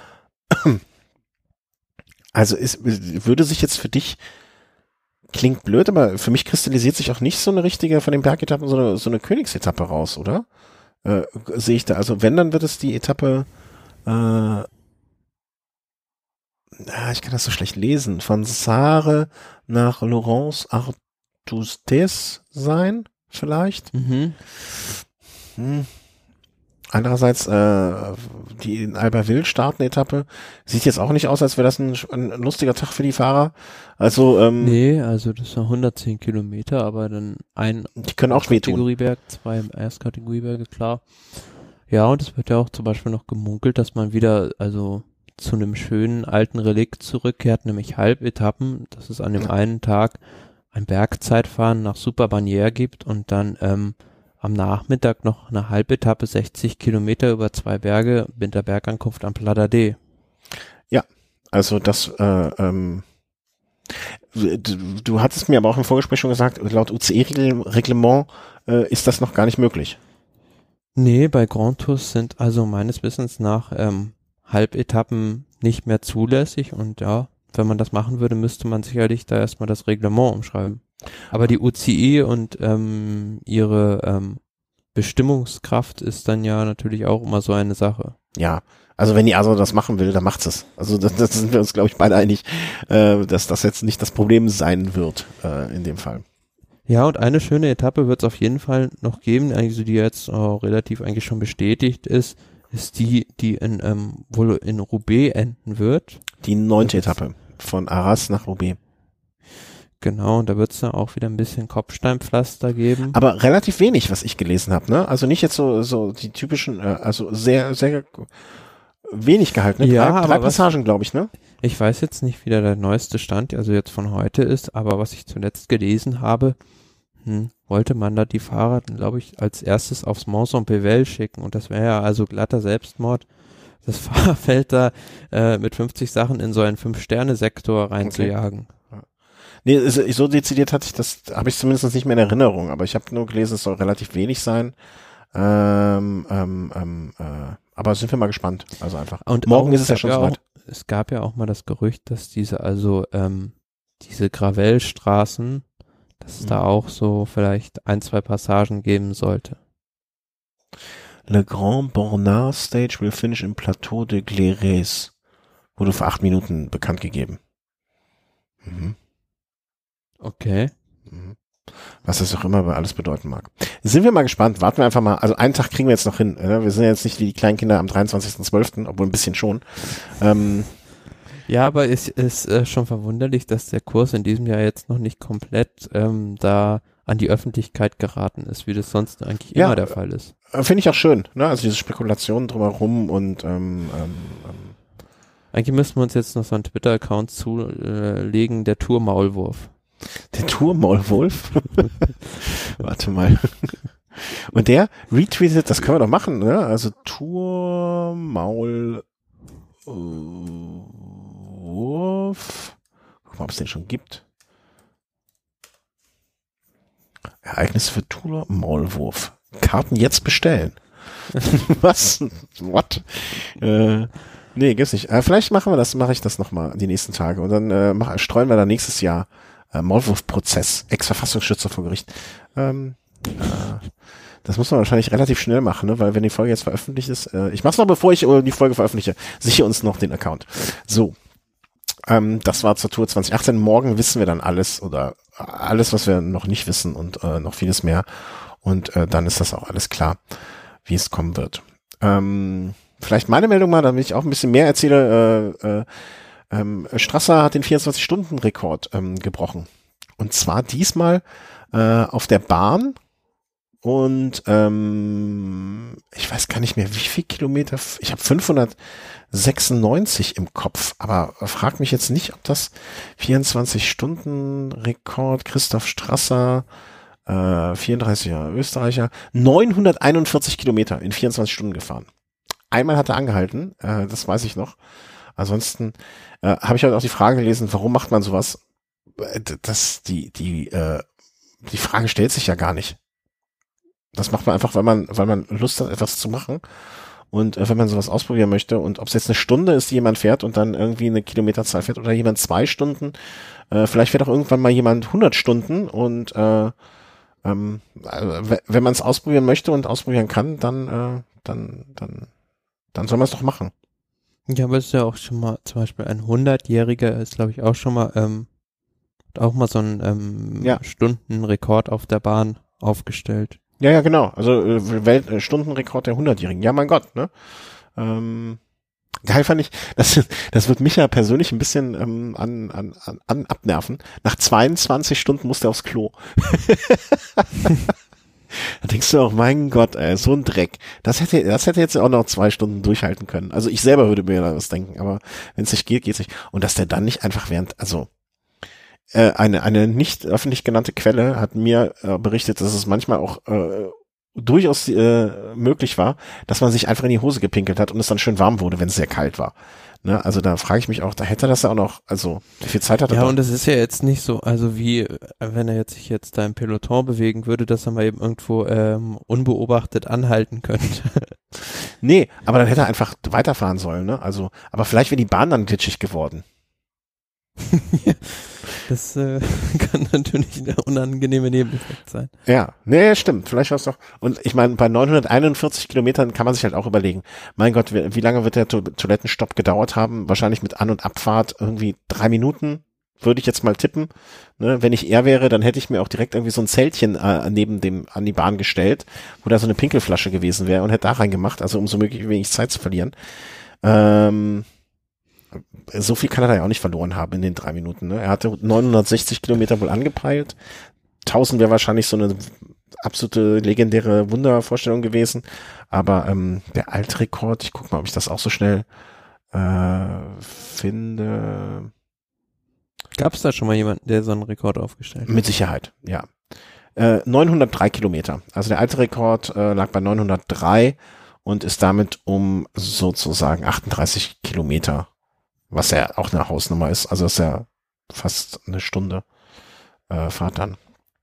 also würde sich jetzt für dich, klingt blöd, aber für mich kristallisiert sich auch nicht so eine richtige von den Bergetappen, so eine Königsetappe raus, oder? Sehe ich da, also wenn, dann wird es die Etappe, ich kann das so schlecht lesen, von Sarre nach Laurence Artoustes sein, vielleicht. Andererseits, die in Albertville starten Etappe sieht jetzt auch nicht aus, als wäre das ein lustiger Tag für die Fahrer. Also, nee, also das sind 110 Kilometer, aber dann die können auch wehtun. Kategorieberg, 2 Erstkategorieberge, klar. Ja, und es wird ja auch zum Beispiel noch gemunkelt, dass man wieder, also zu einem schönen alten Relikt zurückkehrt, nämlich Halbetappen, dass es an dem einen Tag ein Bergzeitfahren nach Super-Bagnères gibt und dann am Nachmittag noch eine Halbetappe, 60 Kilometer über 2 Berge mit der Bergankunft am Pla d'Ardèche. Ja, also das, du hattest mir aber auch im Vorgespräch schon gesagt, laut UCI-Reglement ist das noch gar nicht möglich. Nee, bei Grand Tours sind also meines Wissens nach Halbetappen nicht mehr zulässig und ja, wenn man das machen würde, müsste man sicherlich da erstmal das Reglement umschreiben. Aber die UCI und ihre Bestimmungskraft ist dann ja natürlich auch immer so eine Sache. Ja, also wenn die ASO das machen will, dann macht's es. Also das sind wir uns, glaube ich, beide einig, dass das jetzt nicht das Problem sein wird in dem Fall. Ja, und eine schöne Etappe wird es auf jeden Fall noch geben, also die jetzt relativ eigentlich schon bestätigt ist die wohl in Roubaix enden wird. Die 9. Etappe von Arras nach Roubaix. Genau, und da wird es dann auch wieder ein bisschen Kopfsteinpflaster geben. Aber relativ wenig, was ich gelesen habe, ne? Also nicht jetzt so die typischen, also sehr, sehr wenig gehalten, ne? Ja, drei Passagen, glaube ich, ne? Ich weiß jetzt nicht, wie der neueste Stand, also jetzt von heute ist, aber was ich zuletzt gelesen habe, wollte man da die Fahrer, glaube ich, als erstes aufs Mont Saint-Pével schicken und das wäre ja also glatter Selbstmord, das Fahrerfeld da mit 50 Sachen in so einen 5-Sterne-Sektor reinzujagen. Okay. Nee, so dezidiert hatte ich das, habe ich zumindest nicht mehr in Erinnerung, aber ich habe nur gelesen, es soll relativ wenig sein. Aber sind wir mal gespannt. Also einfach. Und morgen ist es ja schon soweit. Es gab ja auch mal das Gerücht, dass diese Gravelstraßen, dass es da auch so vielleicht 1-2 Passagen geben sollte. Le Grand Bornard Stage will finish im Plateau de Glérès. Wurde vor 8 Minuten bekannt gegeben. Okay. Was das auch immer alles bedeuten mag. Sind wir mal gespannt. Warten wir einfach mal. Also einen Tag kriegen wir jetzt noch hin. Wir sind ja jetzt nicht wie die Kleinkinder am 23.12., obwohl ein bisschen schon. Ja, aber es ist schon verwunderlich, dass der Kurs in diesem Jahr jetzt noch nicht komplett da an die Öffentlichkeit geraten ist, wie das sonst eigentlich immer der Fall ist. Finde ich auch schön, ne? Also diese Spekulationen drumherum und eigentlich müssten wir uns jetzt noch so einen Twitter-Account zulegen, der Tour-Maulwurf. Der Tour-Maulwurf? Warte mal. Und der retweetet, das können wir doch machen, ne? Also Tour-Maulwurf. Guck mal, ob es den schon gibt. Ereignisse für Tour-Maulwurf. Karten jetzt bestellen. Was? What? Nee, gibt's nicht. Vielleicht mache ich das nochmal die nächsten Tage und dann streuen wir da nächstes Jahr Maulwurf-Prozess, Ex-Verfassungsschützer vor Gericht. Das muss man wahrscheinlich relativ schnell machen, ne? Weil wenn die Folge jetzt veröffentlicht ist, ich mach's noch, bevor ich die Folge veröffentliche, sichere uns noch den Account. So, das war zur Tour 2018. Morgen wissen wir dann alles oder alles, was wir noch nicht wissen und noch vieles mehr. Und dann ist das auch alles klar, wie es kommen wird. Vielleicht meine Meldung mal, damit ich auch ein bisschen mehr erzähle. Strasser hat den 24-Stunden-Rekord gebrochen. Und zwar diesmal auf der Bahn. Und ich weiß gar nicht mehr, wie viel Kilometer. Ich habe 596 im Kopf, aber frag mich jetzt nicht, ob das 24-Stunden-Rekord, Christoph Strasser, 34er Österreicher, 941 Kilometer in 24 Stunden gefahren. Einmal hat er angehalten, das weiß ich noch. Ansonsten habe ich heute auch die Frage gelesen, warum macht man sowas? Die Frage stellt sich ja gar nicht. Das macht man einfach, weil man Lust hat, etwas zu machen. Und wenn man sowas ausprobieren möchte und ob es jetzt eine Stunde ist, die jemand fährt und dann irgendwie eine Kilometerzahl fährt oder jemand 2 Stunden, vielleicht fährt auch irgendwann mal jemand 100 Stunden und wenn man es ausprobieren möchte und ausprobieren kann, dann soll man es doch machen. Ja, aber es ist ja auch schon mal, zum Beispiel ein 100-Jähriger ist, glaube ich, auch schon mal, auch mal so ein Stundenrekord auf der Bahn aufgestellt. Ja, genau. Also Stundenrekord der 100-Jährigen. Ja, mein Gott, ne? Geil fand ich, das wird mich ja persönlich ein bisschen abnerven. Nach 22 Stunden muss der aufs Klo. Da denkst du auch, mein Gott, ey, so ein Dreck. Das hätte jetzt auch noch 2 Stunden durchhalten können. Also ich selber würde mir da was denken, aber wenn es nicht geht, geht's nicht. Und dass der dann nicht einfach eine nicht öffentlich genannte Quelle hat mir berichtet, dass es manchmal auch durchaus möglich war, dass man sich einfach in die Hose gepinkelt hat und es dann schön warm wurde, wenn es sehr kalt war. Ne? Also da frage ich mich auch, da hätte er das ja auch noch, also wie viel Zeit hat er? Ja, und das ist ja jetzt nicht so, also wie, wenn er sich jetzt da im Peloton bewegen würde, dass er mal eben irgendwo unbeobachtet anhalten könnte. Nee, aber dann hätte er einfach weiterfahren sollen, ne? Also, aber vielleicht wäre die Bahn dann glitschig geworden. Ja, das kann natürlich ein unangenehmer Nebeneffekt sein. Ja, nee, stimmt. Vielleicht war es doch. Und ich meine, bei 941 Kilometern kann man sich halt auch überlegen, mein Gott, wie lange wird der Toilettenstopp gedauert haben? Wahrscheinlich mit An- und Abfahrt irgendwie 3 Minuten, würde ich jetzt mal tippen. Ne, wenn ich er wäre, dann hätte ich mir auch direkt irgendwie so ein Zeltchen neben dem an die Bahn gestellt, wo da so eine Pinkelflasche gewesen wäre und hätte da reingemacht, also um so möglich wenig Zeit zu verlieren. So viel kann er da ja auch nicht verloren haben in den 3 Minuten. Ne? Er hatte 960 Kilometer wohl angepeilt. 1000 wäre wahrscheinlich so eine absolute legendäre Wundervorstellung gewesen. Aber der Altrekord, ich guck mal, ob ich das auch so schnell finde. Gab es da schon mal jemanden, der so einen Rekord aufgestellt hat? Mit Sicherheit, ja. 903 Kilometer. Also der alte Rekord lag bei 903 und ist damit um sozusagen 38 Kilometer, was ja auch eine Hausnummer ist. Also ist ja fast eine Stunde Fahrt dann.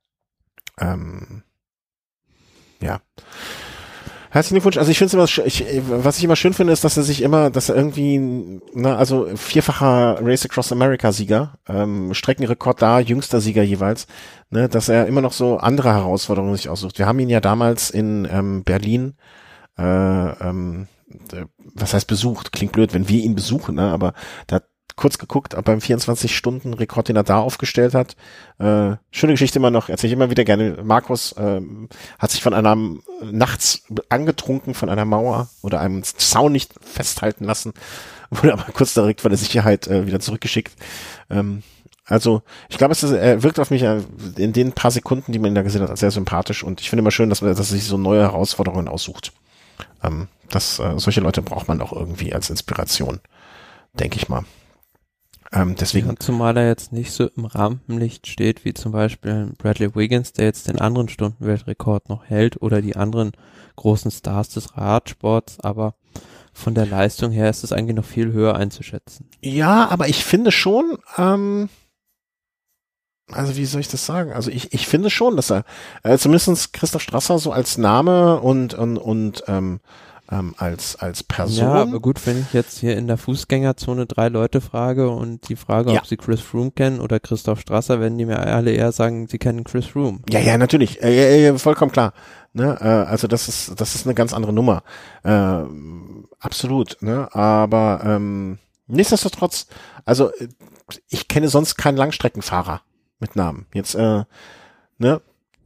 Ja. Herzlichen Glückwunsch. Also ich finde es immer, was ich immer schön finde, ist, dass er irgendwie, also 4-facher Race Across America Sieger, Streckenrekord da, jüngster Sieger jeweils, ne, dass er immer noch so andere Herausforderungen sich aussucht. Wir haben ihn ja damals in Berlin, was heißt besucht? Klingt blöd, wenn wir ihn besuchen, ne, aber da hat kurz geguckt, beim 24-Stunden-Rekord, den er da aufgestellt hat. Schöne Geschichte immer noch, erzähle ich immer wieder gerne. Markus hat sich von einer nachts angetrunken von einer Mauer oder einem Zaun nicht festhalten lassen, wurde aber kurz direkt von der Sicherheit wieder zurückgeschickt. Also ich glaube, er wirkt auf mich in den paar Sekunden, die man ihn da gesehen hat, sehr sympathisch und ich finde immer schön, dass er sich so neue Herausforderungen aussucht. Solche Leute braucht man auch irgendwie als Inspiration, denke ich mal. Deswegen. Ja, zumal er jetzt nicht so im Rampenlicht steht, wie zum Beispiel Bradley Wiggins, der jetzt den anderen Stundenweltrekord noch hält oder die anderen großen Stars des Radsports, aber von der Leistung her ist es eigentlich noch viel höher einzuschätzen. Ja, aber ich finde schon, also wie soll ich das sagen? Also ich finde schon, dass er zumindest Christoph Strasser so als Name und als Person. Ja, aber gut, wenn ich jetzt hier in der Fußgängerzone 3 Leute frage und die frage, ob sie Chris Froome kennen oder Christoph Strasser, werden die mir alle eher sagen, sie kennen Chris Froome. Ja, natürlich. Vollkommen klar. Ne? Also das ist eine ganz andere Nummer. Absolut. Ne? Aber nichtsdestotrotz, also ich kenne sonst keinen Langstreckenfahrer mit Namen. Jetzt, ne?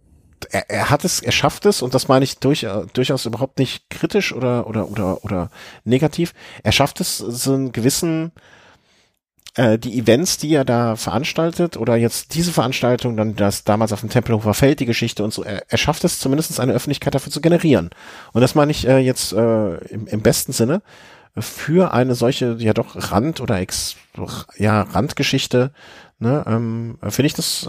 Er schafft es, und das meine ich durchaus überhaupt nicht kritisch oder negativ. Er schafft es, so einen gewissen, die Events, die er da veranstaltet, oder jetzt diese Veranstaltung, dann das damals auf dem Tempelhofer Feld, die Geschichte und so, er schafft es zumindest eine Öffentlichkeit dafür zu generieren. Und das meine ich jetzt im besten Sinne für eine solche, ja doch Randgeschichte, ne, finde ich das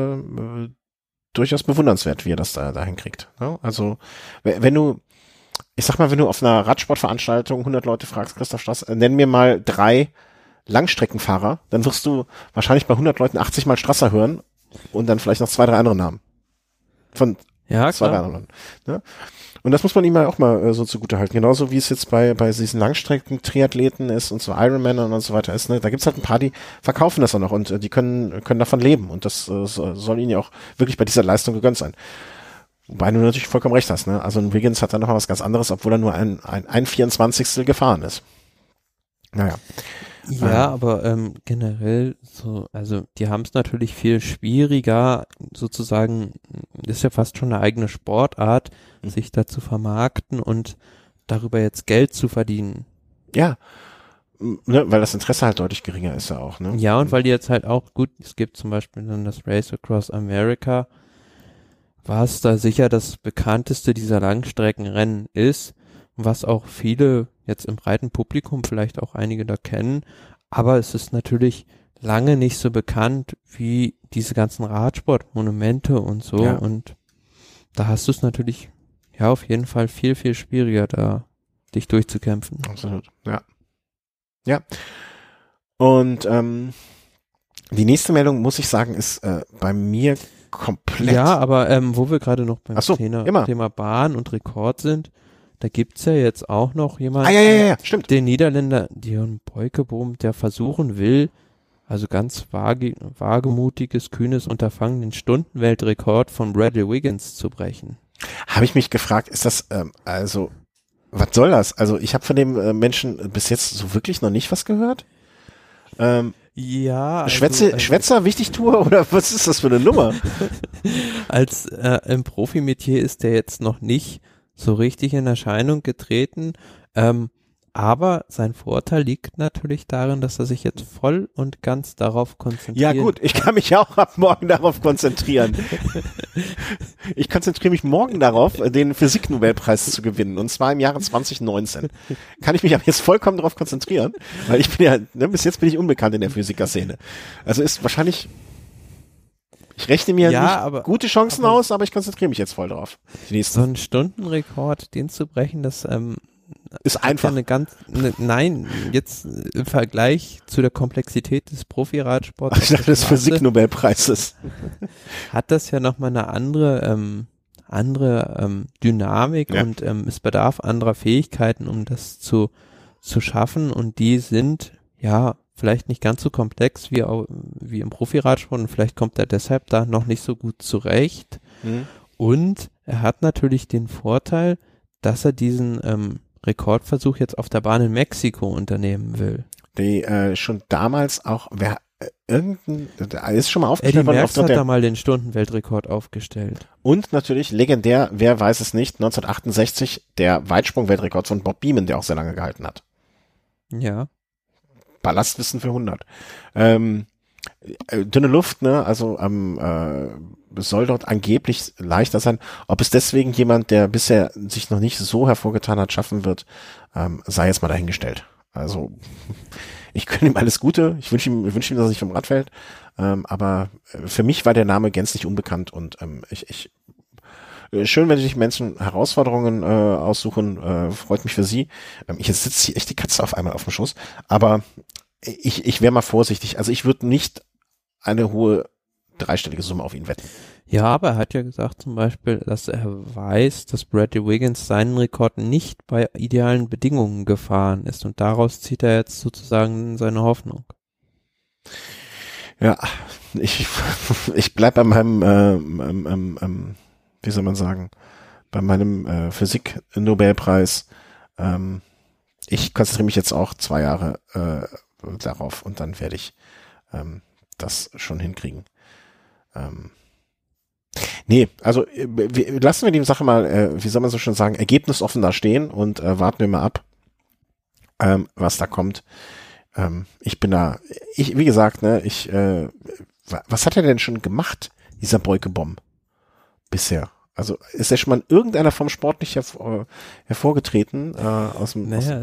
durchaus bewundernswert, wie er das da hinkriegt. Ne? Also, wenn du auf einer Radsportveranstaltung 100 Leute fragst, Christoph Strass, nenn mir mal 3 Langstreckenfahrer, dann wirst du wahrscheinlich bei 100 Leuten 80 Mal Strasser hören und dann vielleicht noch 2, 3 andere Namen. Von 2, 3 anderen. Ne? Und das muss man ihm ja auch mal so zugute halten. Genauso wie es jetzt bei diesen Langstrecken-Triathleten ist und so Ironman und so weiter ist. Ne? Da gibt's halt ein paar, die verkaufen das auch noch und die können davon leben. Und das soll ihnen ja auch wirklich bei dieser Leistung gegönnt sein. Wobei du natürlich vollkommen recht hast. Ne? Also ein Wiggins hat da noch was ganz anderes, obwohl er nur ein 24. gefahren ist. Naja. Ja, aber generell so, also die haben es natürlich viel schwieriger, sozusagen, ist ja fast schon eine eigene Sportart, sich da zu vermarkten und darüber jetzt Geld zu verdienen. Ja, ne, weil das Interesse halt deutlich geringer ist ja auch. Ne? Ja, und weil die jetzt halt auch, gut, es gibt zum Beispiel dann das Race Across America, was da sicher das bekannteste dieser Langstreckenrennen ist, was auch viele jetzt im breiten Publikum, vielleicht auch einige da kennen, aber es ist natürlich lange nicht so bekannt wie diese ganzen Radsportmonumente und so, Ja. Und da hast du es natürlich ja auf jeden Fall viel, viel schwieriger, da dich durchzukämpfen. Absolut, ja. Ja. Und die nächste Meldung, muss ich sagen, ist bei mir komplett. Ja, aber wo wir gerade noch beim Ach so, Thema Bahn und Rekord sind, da gibt's ja jetzt auch noch jemanden, ja, stimmt. den Niederländer Dion Boykeboom, der versuchen will, also ganz wagemutiges, kühnes Unterfangen, den Stundenweltrekord von Bradley Wiggins zu brechen. Habe ich mich gefragt, ist das, also, was soll das? Also ich habe von dem Menschen bis jetzt so wirklich noch nicht was gehört. Ja. Schwätzer, Wichtigtour oder was ist das für eine Nummer? Als im Profimetier ist der jetzt noch nicht so richtig in Erscheinung getreten, aber sein Vorteil liegt natürlich darin, dass er sich jetzt voll und ganz darauf konzentriert. Ja gut, ich kann mich ja auch ab morgen darauf konzentrieren. Ich konzentriere mich morgen darauf, den Physiknobelpreis zu gewinnen, und zwar im Jahre 2019. Kann ich mich aber jetzt vollkommen darauf konzentrieren, weil ich bin ja, ne, bis jetzt bin ich unbekannt in der Physikerszene. Also ist wahrscheinlich, ich rechne mir nicht gute Chancen aus, aber ich konzentriere mich jetzt voll drauf. So einen Stundenrekord, den zu brechen, das ist einfach. Nein, jetzt im Vergleich zu der Komplexität des Profiradsports. Ich dachte, des Physiknobelpreises. Hat das ja nochmal eine andere Dynamik, ja. Und es bedarf anderer Fähigkeiten, um das zu schaffen, und die sind ja vielleicht nicht ganz so komplex wie im Profiradsport, und vielleicht kommt er deshalb da noch nicht so gut zurecht. Und er hat natürlich den Vorteil, dass er diesen Rekordversuch jetzt auf der Bahn in Mexiko unternehmen will. Die schon damals auch, ist schon mal aufgestellt worden. Eddie Merckx hat da mal den Stundenweltrekord aufgestellt. Und natürlich legendär, wer weiß es nicht, 1968 der Weitsprung-Weltrekord von Bob Beamon, der auch sehr lange gehalten hat. Ja. Ballastwissen für 100. Dünne Luft, ne, also soll dort angeblich leichter sein. Ob es deswegen jemand, der bisher sich noch nicht so hervorgetan hat, schaffen wird, sei jetzt mal dahingestellt. Also ich gönne ihm alles Gute. Ich wünsche ihm, dass er nicht vom Rad fällt. Aber für mich war der Name gänzlich unbekannt, und schön, wenn sich Menschen Herausforderungen aussuchen, freut mich für sie. Jetzt sitzt hier echt die Katze auf einmal auf dem Schoß, aber ich wäre mal vorsichtig. Also ich würde nicht eine hohe dreistellige Summe auf ihn wetten. Ja, aber er hat ja gesagt zum Beispiel, dass er weiß, dass Bradley Wiggins seinen Rekord nicht bei idealen Bedingungen gefahren ist und daraus zieht er jetzt sozusagen seine Hoffnung. Ja, ich bleib bei meinem, wie soll man sagen, bei meinem Physik-Nobelpreis. Ich konzentriere mich jetzt auch 2 Jahre darauf und dann werde ich das schon hinkriegen. Nee, also lassen wir die Sache mal, wie soll man so schön sagen, ergebnisoffen da stehen und warten wir mal ab, was da kommt. Wie gesagt, ne, was hat er denn schon gemacht, dieser Beukebom, bisher? Also ist er schon mal in irgendeiner Form sportlich hervorgetreten aus dem... Naja,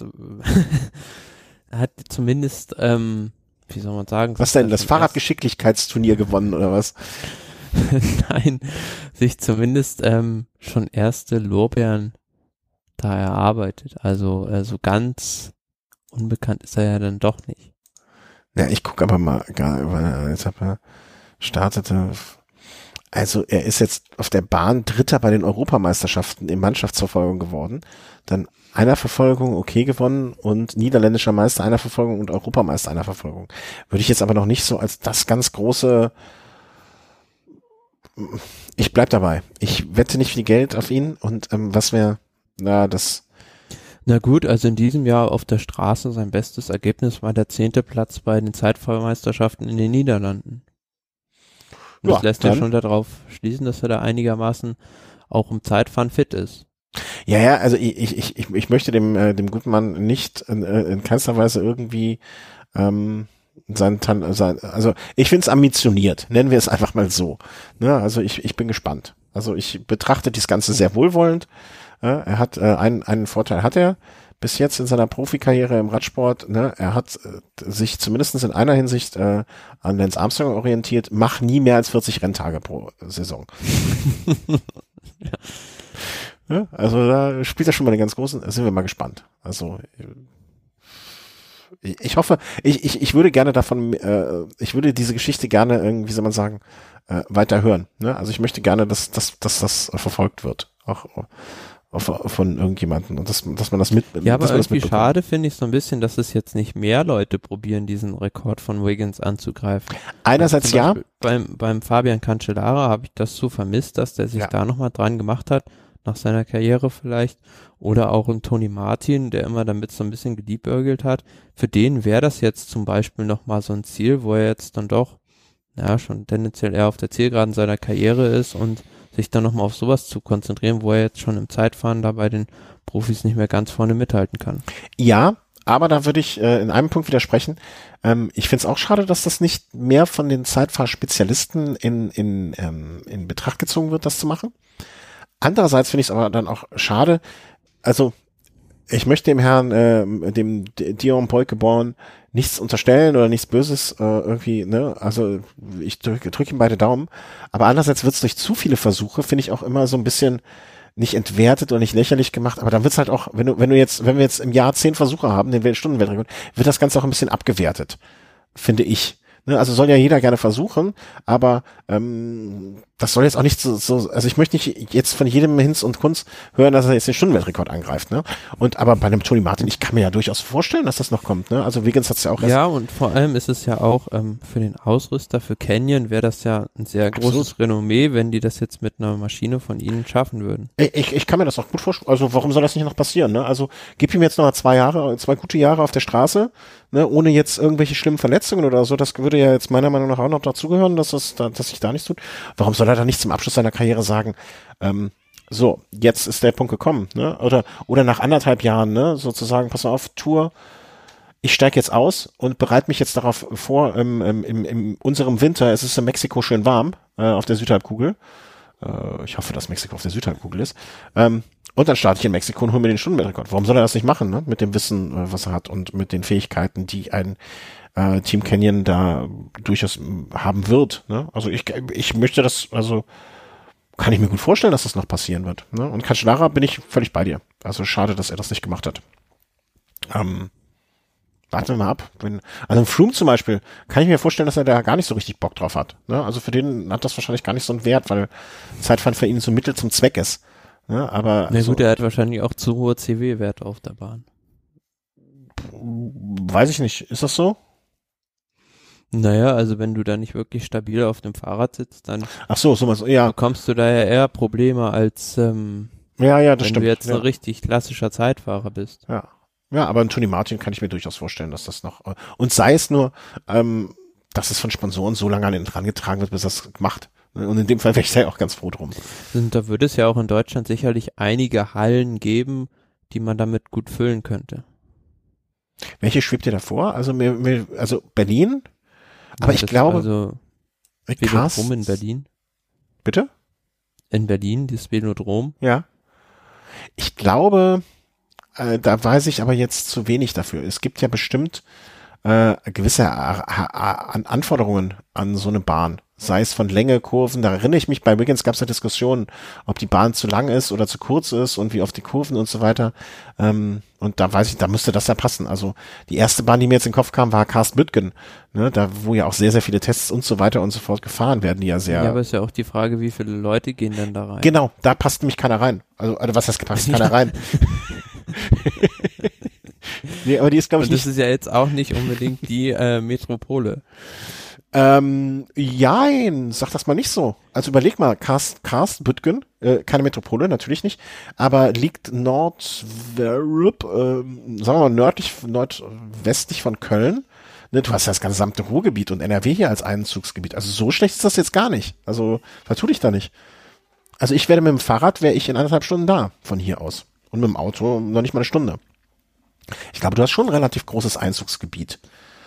er hat zumindest, wie soll man sagen? Was denn, das Fahrradgeschicklichkeitsturnier gewonnen oder was? Nein, sich zumindest schon erste Lorbeeren da erarbeitet. Also so ganz unbekannt ist er ja dann doch nicht. Ja, ich gucke aber mal, weil jetzt startete, also er ist jetzt auf der Bahn Dritter bei den Europameisterschaften in Mannschaftsverfolgung geworden, dann Einerverfolgung okay gewonnen und niederländischer Meister Einerverfolgung und Europameister Einerverfolgung. Würde ich jetzt aber noch nicht so als das ganz große, ich bleib dabei. Ich wette nicht viel Geld auf ihn und Na gut, also in diesem Jahr auf der Straße sein bestes Ergebnis war der 10. Platz bei den Zeitfahrmeisterschaften in den Niederlanden. Und das lässt ja schon darauf schließen, dass er da einigermaßen auch im Zeitfahren fit ist. Ja, also ich möchte dem guten Mann nicht in keinster Weise irgendwie also ich finde es ambitioniert, nennen wir es einfach mal so. Ne? Also ich bin gespannt. Also ich betrachte das Ganze sehr wohlwollend. Er hat einen Vorteil hat er bis jetzt in seiner Profikarriere im Radsport. Ne? Er hat sich zumindest in einer Hinsicht an Lance Armstrong orientiert. Mach nie mehr als 40 Renntage pro Saison. Ja, also da spielt er schon mal den ganz großen. Da sind wir mal gespannt. Also ich hoffe, ich würde gerne ich würde diese Geschichte gerne irgendwie, wie soll man sagen, weiter hören. Ne? Also ich möchte gerne, dass das verfolgt wird. Auch von irgendjemandem und dass man das Ja, aber irgendwie schade finde ich so ein bisschen, dass es jetzt nicht mehr Leute probieren, diesen Rekord von Wiggins anzugreifen. Einerseits ja. Beim Fabian Cancellara habe ich das so vermisst, dass der sich da nochmal dran gemacht hat, nach seiner Karriere vielleicht. Oder auch ein Tony Martin, der immer damit so ein bisschen geliebäugelt hat. Für den wäre das jetzt zum Beispiel nochmal so ein Ziel, wo er jetzt dann doch schon tendenziell eher auf der Zielgeraden seiner Karriere ist und sich dann nochmal auf sowas zu konzentrieren, wo er jetzt schon im Zeitfahren da bei den Profis nicht mehr ganz vorne mithalten kann. Ja, aber da würde ich in einem Punkt widersprechen. Ich finde es auch schade, dass das nicht mehr von den Zeitfahrspezialisten in Betracht gezogen wird, das zu machen. Andererseits finde ich es aber dann auch schade, also ich möchte dem Herrn, dem Dion Beukeboom nichts unterstellen oder nichts Böses irgendwie, ne, also ich drück ihm beide Daumen, aber andererseits wird es durch zu viele Versuche, finde ich auch immer so ein bisschen nicht entwertet oder nicht lächerlich gemacht, aber dann wird's halt auch, wenn wir jetzt im Jahr 10 Versuche haben, den Stundenweltrekord, wird das Ganze auch ein bisschen abgewertet, finde ich. Ne, also soll ja jeder gerne versuchen, aber das soll jetzt auch nicht so, also ich möchte nicht jetzt von jedem Hinz und Kunz hören, dass er jetzt den Stundenweltrekord angreift, ne? Aber bei einem Tony Martin, ich kann mir ja durchaus vorstellen, dass das noch kommt, ne? Also Wiggins hat's ja auch erst. Ja, und vor allem ist es ja auch für den Ausrüster, für Canyon wäre das ja ein sehr großes Renommee, wenn die das jetzt mit einer Maschine von ihnen schaffen würden. Ich kann mir das auch gut vorstellen, also warum soll das nicht noch passieren, ne? Also gib ihm jetzt noch 2 gute Jahre auf der Straße, ne? Ohne jetzt irgendwelche schlimmen Verletzungen oder so, das würde ja jetzt meiner Meinung nach auch noch dazugehören, dass sich da nichts tut. Warum soll er da nicht zum Abschluss seiner Karriere sagen, so, jetzt ist der Punkt gekommen, ne? Oder nach 1,5 Jahren, ne, sozusagen, pass mal auf, Tour, ich steige jetzt aus und bereite mich jetzt darauf vor, in unserem Winter, es ist in Mexiko schön warm, auf der Südhalbkugel. Ich hoffe, dass Mexiko auf der Südhalbkugel ist. Und dann starte ich in Mexiko und hole mir den Stundenweltrekord. Warum soll er das nicht machen, ne? Mit dem Wissen, was er hat und mit den Fähigkeiten, die ein Team Canyon da durchaus haben wird. Ne? Also ich möchte das, also kann ich mir gut vorstellen, dass das noch passieren wird. Ne? Und Cancellara bin ich völlig bei dir. Also schade, dass er das nicht gemacht hat. warten wir mal ab. Also ein Froome zum Beispiel, kann ich mir vorstellen, dass er da gar nicht so richtig Bock drauf hat. Ne? Also für den hat das wahrscheinlich gar nicht so einen Wert, weil Zeitfahren für ihn so Mittel zum Zweck ist. Ne? Aber Na so, gut, er hat wahrscheinlich auch zu hohe CW-Werte auf der Bahn. weiß ich nicht. Ist das so? Naja, also wenn du da nicht wirklich stabil auf dem Fahrrad sitzt, dann Ach so, ja. bekommst du da ja eher Probleme, als Ja, das wenn stimmt. du jetzt ja. ein richtig klassischer Zeitfahrer bist. Ja. Ja, aber ein Tony Martin kann ich mir durchaus vorstellen, dass das noch, und sei es nur, dass es von Sponsoren so lange an ihn drangetragen wird, bis er es macht. Und in dem Fall wäre ich da ja auch ganz froh drum. Und da würde es ja auch in Deutschland sicherlich einige Hallen geben, die man damit gut füllen könnte. Welche schwebt dir da vor? Also also Berlin? Aber Ja, ich das- glaube, Also Cars, Velodrom in Berlin. bitte? In Berlin, das Velodrom. Ja. Ich glaube, da weiß ich aber jetzt zu wenig dafür. Es gibt ja bestimmt gewisse Anforderungen an so eine Bahn. Sei es von Länge, Kurven, da erinnere ich mich, bei Wiggins gab es ja Diskussionen, ob die Bahn zu lang ist oder zu kurz ist und wie oft die Kurven und so weiter. Und da weiß ich, da müsste das ja passen. Also die erste Bahn, die mir jetzt in den Kopf kam, war Karst-Bütgen, ne, da wo ja auch sehr, sehr viele Tests und so weiter und so fort gefahren werden, die ja sehr... Ja, aber ist ja auch die Frage, wie viele Leute gehen denn da rein? Genau, da passt nämlich keiner rein. Also was heißt passt keiner rein? Nee, aber die ist, glaube ich, Und das nicht... ist ja jetzt auch nicht unbedingt die Metropole. Jein, sag das mal nicht so. Also überleg mal, Karst-Bütgen, keine Metropole, natürlich nicht, aber liegt sagen wir mal nordwestlich von Köln. Ne, du hast ja das gesamte Ruhrgebiet und NRW hier als Einzugsgebiet. Also so schlecht ist das jetzt gar nicht. Also vertu dich da nicht. Also ich werde mit dem Fahrrad, wäre ich in 1,5 Stunden da, von hier aus. Und mit dem Auto noch nicht mal eine Stunde. Ich glaube, du hast schon ein relativ großes Einzugsgebiet.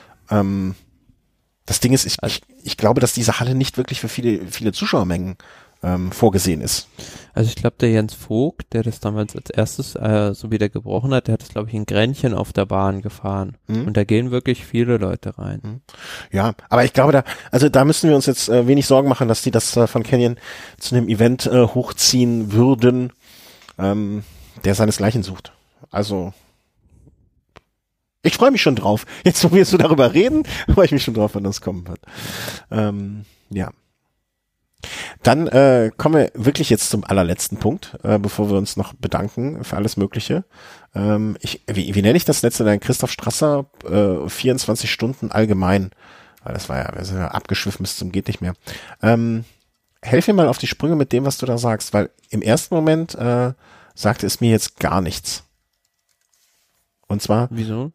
Das Ding ist, ich glaube, dass diese Halle nicht wirklich für viele Zuschauermengen vorgesehen ist. Also ich glaube, der Jens Vogt, der das damals als erstes so wieder gebrochen hat, der hat das, glaube ich, in Grenchen auf der Bahn gefahren. Und da gehen wirklich viele Leute rein. Ja, aber ich glaube, da müssen wir uns jetzt wenig Sorgen machen, dass die das von Canyon zu einem Event hochziehen würden, der seinesgleichen sucht. Also ich freue mich schon drauf. Jetzt, wo wir so darüber reden, freue ich mich schon drauf, wenn das kommen wird. Ja. Dann kommen wir wirklich jetzt zum allerletzten Punkt, bevor wir uns noch bedanken für alles Mögliche. Wie nenne ich das letzte? Dann Christoph Strasser, 24 Stunden allgemein. Das war ja, wir sind ja abgeschwiffen bis zum geht nicht mehr. Helf mir mal auf die Sprünge mit dem, was du da sagst, weil im ersten Moment sagte es mir jetzt gar nichts. Und zwar, Wieso?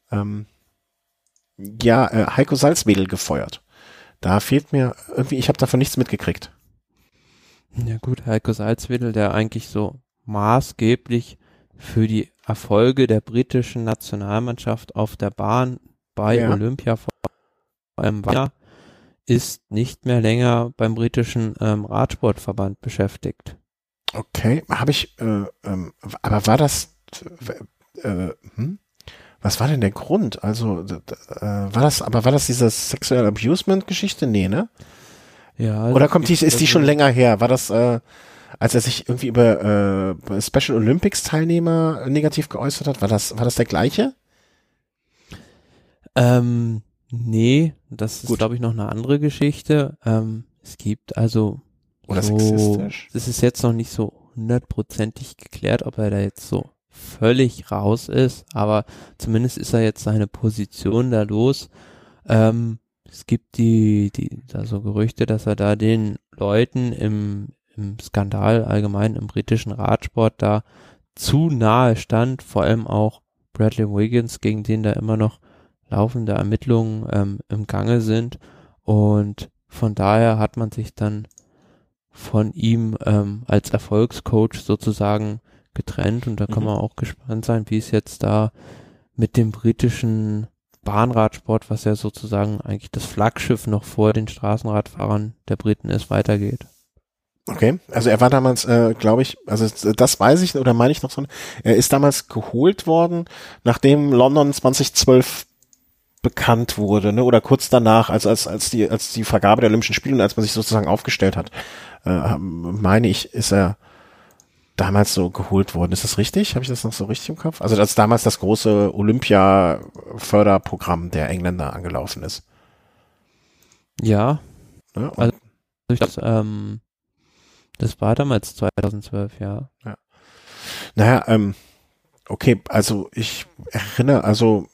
Heiko Salzwedel gefeuert. Da fehlt mir irgendwie, ich habe davon nichts mitgekriegt. Ja gut, Heiko Salzwedel, der eigentlich so maßgeblich für die Erfolge der britischen Nationalmannschaft auf der Bahn bei Olympia vor allem war, ist nicht mehr länger beim britischen Radsportverband beschäftigt. Okay, aber war das, was war denn der Grund? Also, war das diese Sexual Abusement-Geschichte? Nee, ne? Ja. Also oder ist die schon länger her? War das, als er sich irgendwie über Special Olympics Teilnehmer negativ geäußert hat? War das der gleiche? Nee, das ist, glaube ich, noch eine andere Geschichte. Es gibt also oder sexistisch. Es ist jetzt noch nicht so 100%ig geklärt, ob er da jetzt so völlig raus ist, aber zumindest ist er jetzt seine Position da los. Es gibt da so Gerüchte, dass er da den Leuten im Skandal allgemein im britischen Radsport da zu nahe stand, vor allem auch Bradley Wiggins, gegen den da immer noch laufende Ermittlungen im Gange sind, und von daher hat man sich dann von ihm als Erfolgscoach sozusagen getrennt, und da kann man auch gespannt sein, wie es jetzt da mit dem britischen Bahnradsport, was ja sozusagen eigentlich das Flaggschiff noch vor den Straßenradfahrern der Briten ist, weitergeht. Okay, also er war damals, glaube ich, also das weiß ich oder meine ich noch so, er ist damals geholt worden, nachdem London 2012 bekannt wurde, ne, oder kurz danach, als die Vergabe der Olympischen Spiele und als man sich sozusagen aufgestellt hat, meine ich, ist er damals so geholt worden. Ist das richtig? Habe ich das noch so richtig im Kopf? Also das ist damals das große Olympia-Förderprogramm der Engländer angelaufen ist. Ja, Ne? also das war damals 2012, ja. Naja, okay, also ich erinnere, also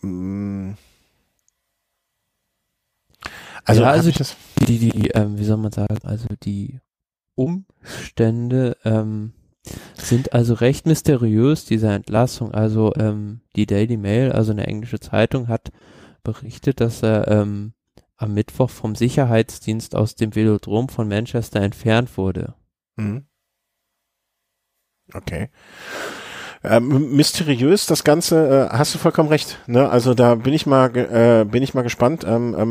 Ja, hab ich das? wie soll man sagen, also die Umstände sind also recht mysteriös, dieser Entlassung. Also die Daily Mail, also eine englische Zeitung, hat berichtet, dass er am Mittwoch vom Sicherheitsdienst aus dem Velodrom von Manchester entfernt wurde. Mhm. Okay. Mysteriös das Ganze, hast du vollkommen recht. Ne? Also da bin ich mal gespannt.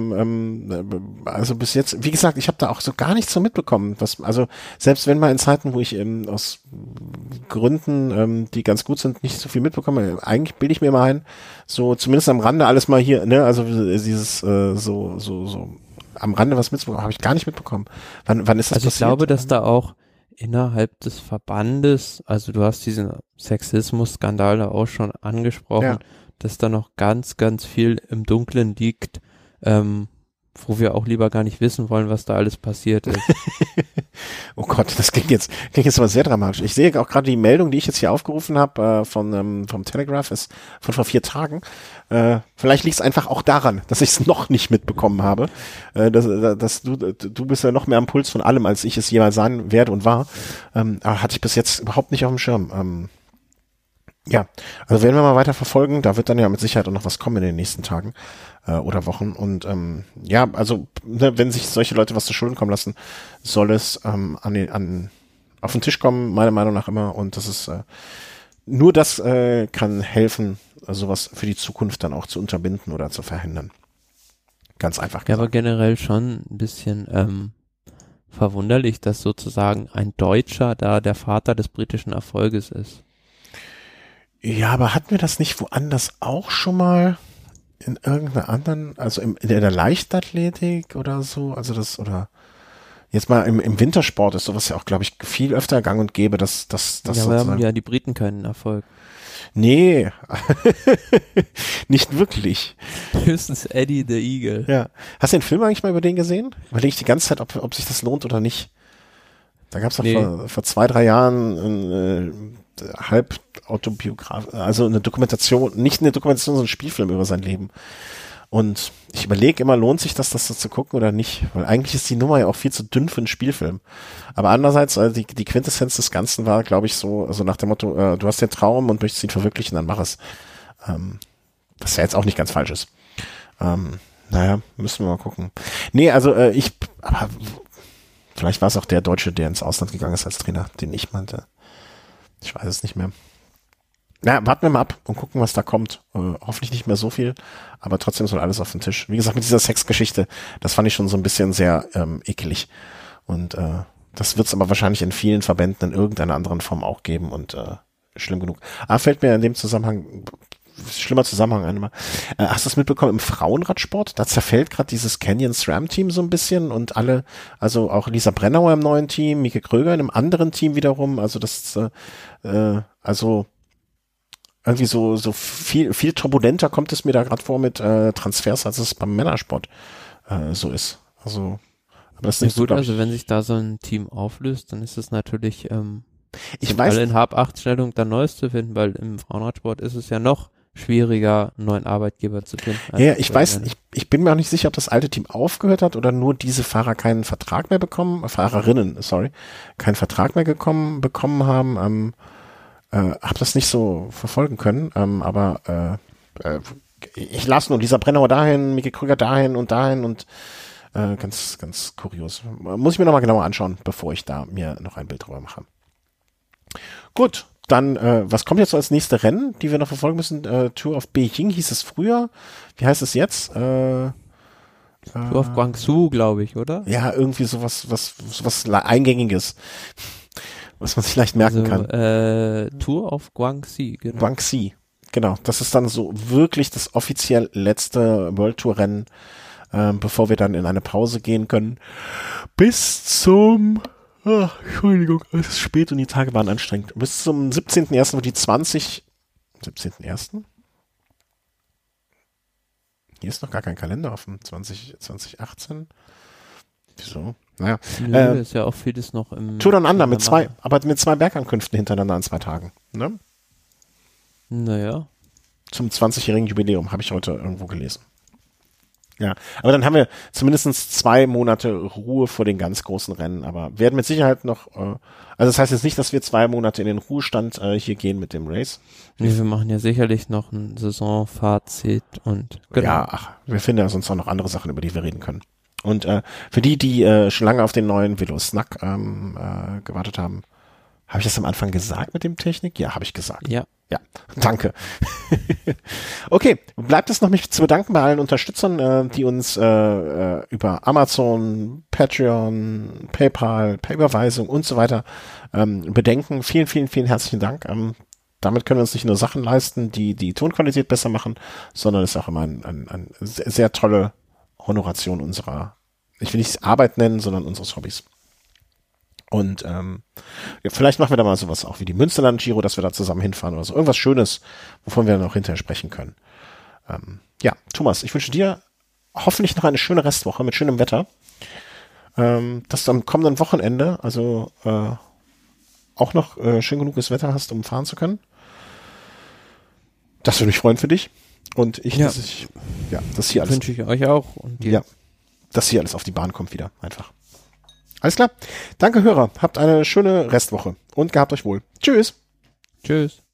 Also bis jetzt, wie gesagt, ich habe da auch so gar nichts so mitbekommen. Also selbst wenn mal in Zeiten, wo ich aus Gründen, die ganz gut sind, nicht so viel mitbekomme, eigentlich bilde ich mir mal ein, so zumindest am Rande alles mal hier, ne? Also dieses so am Rande was mitbekommen, habe ich gar nicht mitbekommen. Wann ist das Also ich passiert? glaube, dass da auch innerhalb des Verbandes, also du hast diesen Sexismus-Skandal da auch schon angesprochen, Ja. dass da noch ganz, ganz viel im Dunkeln liegt, wo wir auch lieber gar nicht wissen wollen, was da alles passiert ist. Oh Gott, das klingt jetzt aber sehr dramatisch. Ich sehe auch gerade die Meldung, die ich jetzt hier aufgerufen habe vom Telegraph, ist von vor 4 Tagen. Vielleicht liegt es einfach auch daran, dass ich es noch nicht mitbekommen habe. Dass du bist ja noch mehr am Puls von allem, als ich es jemals sein werde und war. Aber hatte ich bis jetzt überhaupt nicht auf dem Schirm. Ja, also werden wir mal weiter verfolgen. Da wird dann ja mit Sicherheit auch noch was kommen in den nächsten Tagen oder Wochen. Und ja, also ne, wenn sich solche Leute was zu Schulden kommen lassen, soll es auf den Tisch kommen, meiner Meinung nach immer. Und das ist nur das kann helfen, sowas für die Zukunft dann auch zu unterbinden oder zu verhindern. Ganz einfach Ja, gesagt. aber generell schon ein bisschen verwunderlich, dass sozusagen ein Deutscher da der Vater des britischen Erfolges ist. Ja, aber hatten wir das nicht woanders auch schon mal in irgendeiner anderen, also in der Leichtathletik oder so? Also das, oder jetzt mal im Wintersport ist sowas ja auch, glaube ich, viel öfter gang und gäbe, dass Ja, aber sozusagen. haben ja die Briten keinen Erfolg. Nee, nicht wirklich. Höchstens Eddie the Eagle. Ja. Hast du den Film eigentlich mal über den gesehen? Überlege ich die ganze Zeit, ob sich das lohnt oder nicht. Da gab es doch vor 2-3 Jahren halb Autobiograf, also eine Dokumentation, nicht eine Dokumentation, sondern ein Spielfilm über sein Leben. Und ich überlege immer, lohnt sich das so zu gucken oder nicht? Weil eigentlich ist die Nummer ja auch viel zu dünn für einen Spielfilm. Aber andererseits, die Quintessenz des Ganzen war, glaube ich, so, also nach dem Motto, du hast den Traum und möchtest ihn verwirklichen, dann mach es. Was ja jetzt auch nicht ganz falsch ist. Naja, müssen wir mal gucken. Nee, also aber vielleicht war es auch der Deutsche, der ins Ausland gegangen ist als Trainer, den ich meinte. Ich weiß es nicht mehr. Na, warten wir mal ab und gucken, was da kommt. Hoffentlich nicht mehr so viel, aber trotzdem soll alles auf den Tisch. Wie gesagt, mit dieser Sexgeschichte, das fand ich schon so ein bisschen sehr ekelig. Und das wird es aber wahrscheinlich in vielen Verbänden in irgendeiner anderen Form auch geben und schlimm genug. Fällt mir in dem Zusammenhang, schlimmer Zusammenhang ein. Hast du es mitbekommen im Frauenradsport? Da zerfällt gerade dieses Canyon SRAM Team so ein bisschen und alle, also auch Lisa Brennauer im neuen Team, Mieke Kröger in einem anderen Team wiederum, also das also irgendwie so viel turbulenter kommt es mir da gerade vor mit Transfers, als es beim Männersport so ist. Also, aber das ist nicht Ja gut, so, also wenn sich da so ein Team auflöst, dann ist es natürlich ich weiß, alle in Hab-8-Stellung dann Neues zu finden, weil im Frauenradsport ist es ja noch schwieriger, einen neuen Arbeitgeber zu finden. ja, ich weiß, ich bin mir auch nicht sicher, ob das alte Team aufgehört hat oder nur diese Fahrer keinen Vertrag mehr bekommen, Fahrerinnen, sorry, keinen Vertrag mehr bekommen haben. Hab das nicht so verfolgen können, aber ich las nur Lisa Brennauer dahin, Mieke Krüger dahin und ganz, ganz kurios. Muss ich mir nochmal genauer anschauen, bevor ich da mir noch ein Bild drüber mache. Gut, dann, was kommt jetzt so als nächste Rennen, die wir noch verfolgen müssen? Tour of Beijing hieß es früher. Wie heißt es jetzt? Tour of Guangzhou, glaube ich, oder? Ja, irgendwie sowas Eingängiges, was man sich leicht merken kann. Tour of Guangxi, genau. Guangxi, genau. Das ist dann so wirklich das offiziell letzte World Tour Rennen, bevor wir dann in eine Pause gehen können. Bis zum Entschuldigung, es ist spät und die Tage waren anstrengend. Bis zum 17.01. wird die 17.01.? Hier ist noch gar kein Kalender offen. 2018. Wieso? Naja. Nö, ist ja auch vieles noch im... Tour Down Under mit zwei Bergankünften hintereinander an 2 Tagen. Ne? Naja. Zum 20-jährigen Jubiläum, habe ich heute irgendwo gelesen. Ja, aber dann haben wir zumindest 2 Monate Ruhe vor den ganz großen Rennen, aber werden mit Sicherheit noch, also das heißt jetzt nicht, dass wir 2 Monate in den Ruhestand hier gehen mit dem Race. Nee, wir machen ja sicherlich noch ein Saisonfazit und genau. Ja, wir finden ja sonst auch noch andere Sachen, über die wir reden können. Und für die schon lange auf den neuen Velo Snack gewartet haben, habe ich das am Anfang gesagt mit dem Technik? Ja, habe ich gesagt. Ja. Ja, danke. Okay, bleibt es noch, mich zu bedanken bei allen Unterstützern, die uns über Amazon, Patreon, PayPal, per Überweisung und so weiter bedenken. Vielen, vielen, vielen herzlichen Dank. Damit können wir uns nicht nur Sachen leisten, die die Tonqualität besser machen, sondern es ist auch immer eine sehr, sehr tolle Honoration unserer, ich will nicht Arbeit nennen, sondern unseres Hobbys. Und ja, vielleicht machen wir da mal sowas auch wie die Münsterland-Giro, dass wir da zusammen hinfahren oder so. Irgendwas Schönes, wovon wir dann auch hinterher sprechen können. Ja, Thomas, ich wünsche dir hoffentlich noch eine schöne Restwoche mit schönem Wetter. Dass du am kommenden Wochenende also auch noch schön genuges Wetter hast, um fahren zu können. Das würde mich freuen für dich. Und ich, ja. Das hier alles. Wünsche ich euch auch. Und ja, dass hier alles auf die Bahn kommt wieder. Einfach. Alles klar. Danke, Hörer. Habt eine schöne Restwoche und gehabt euch wohl. Tschüss. Tschüss.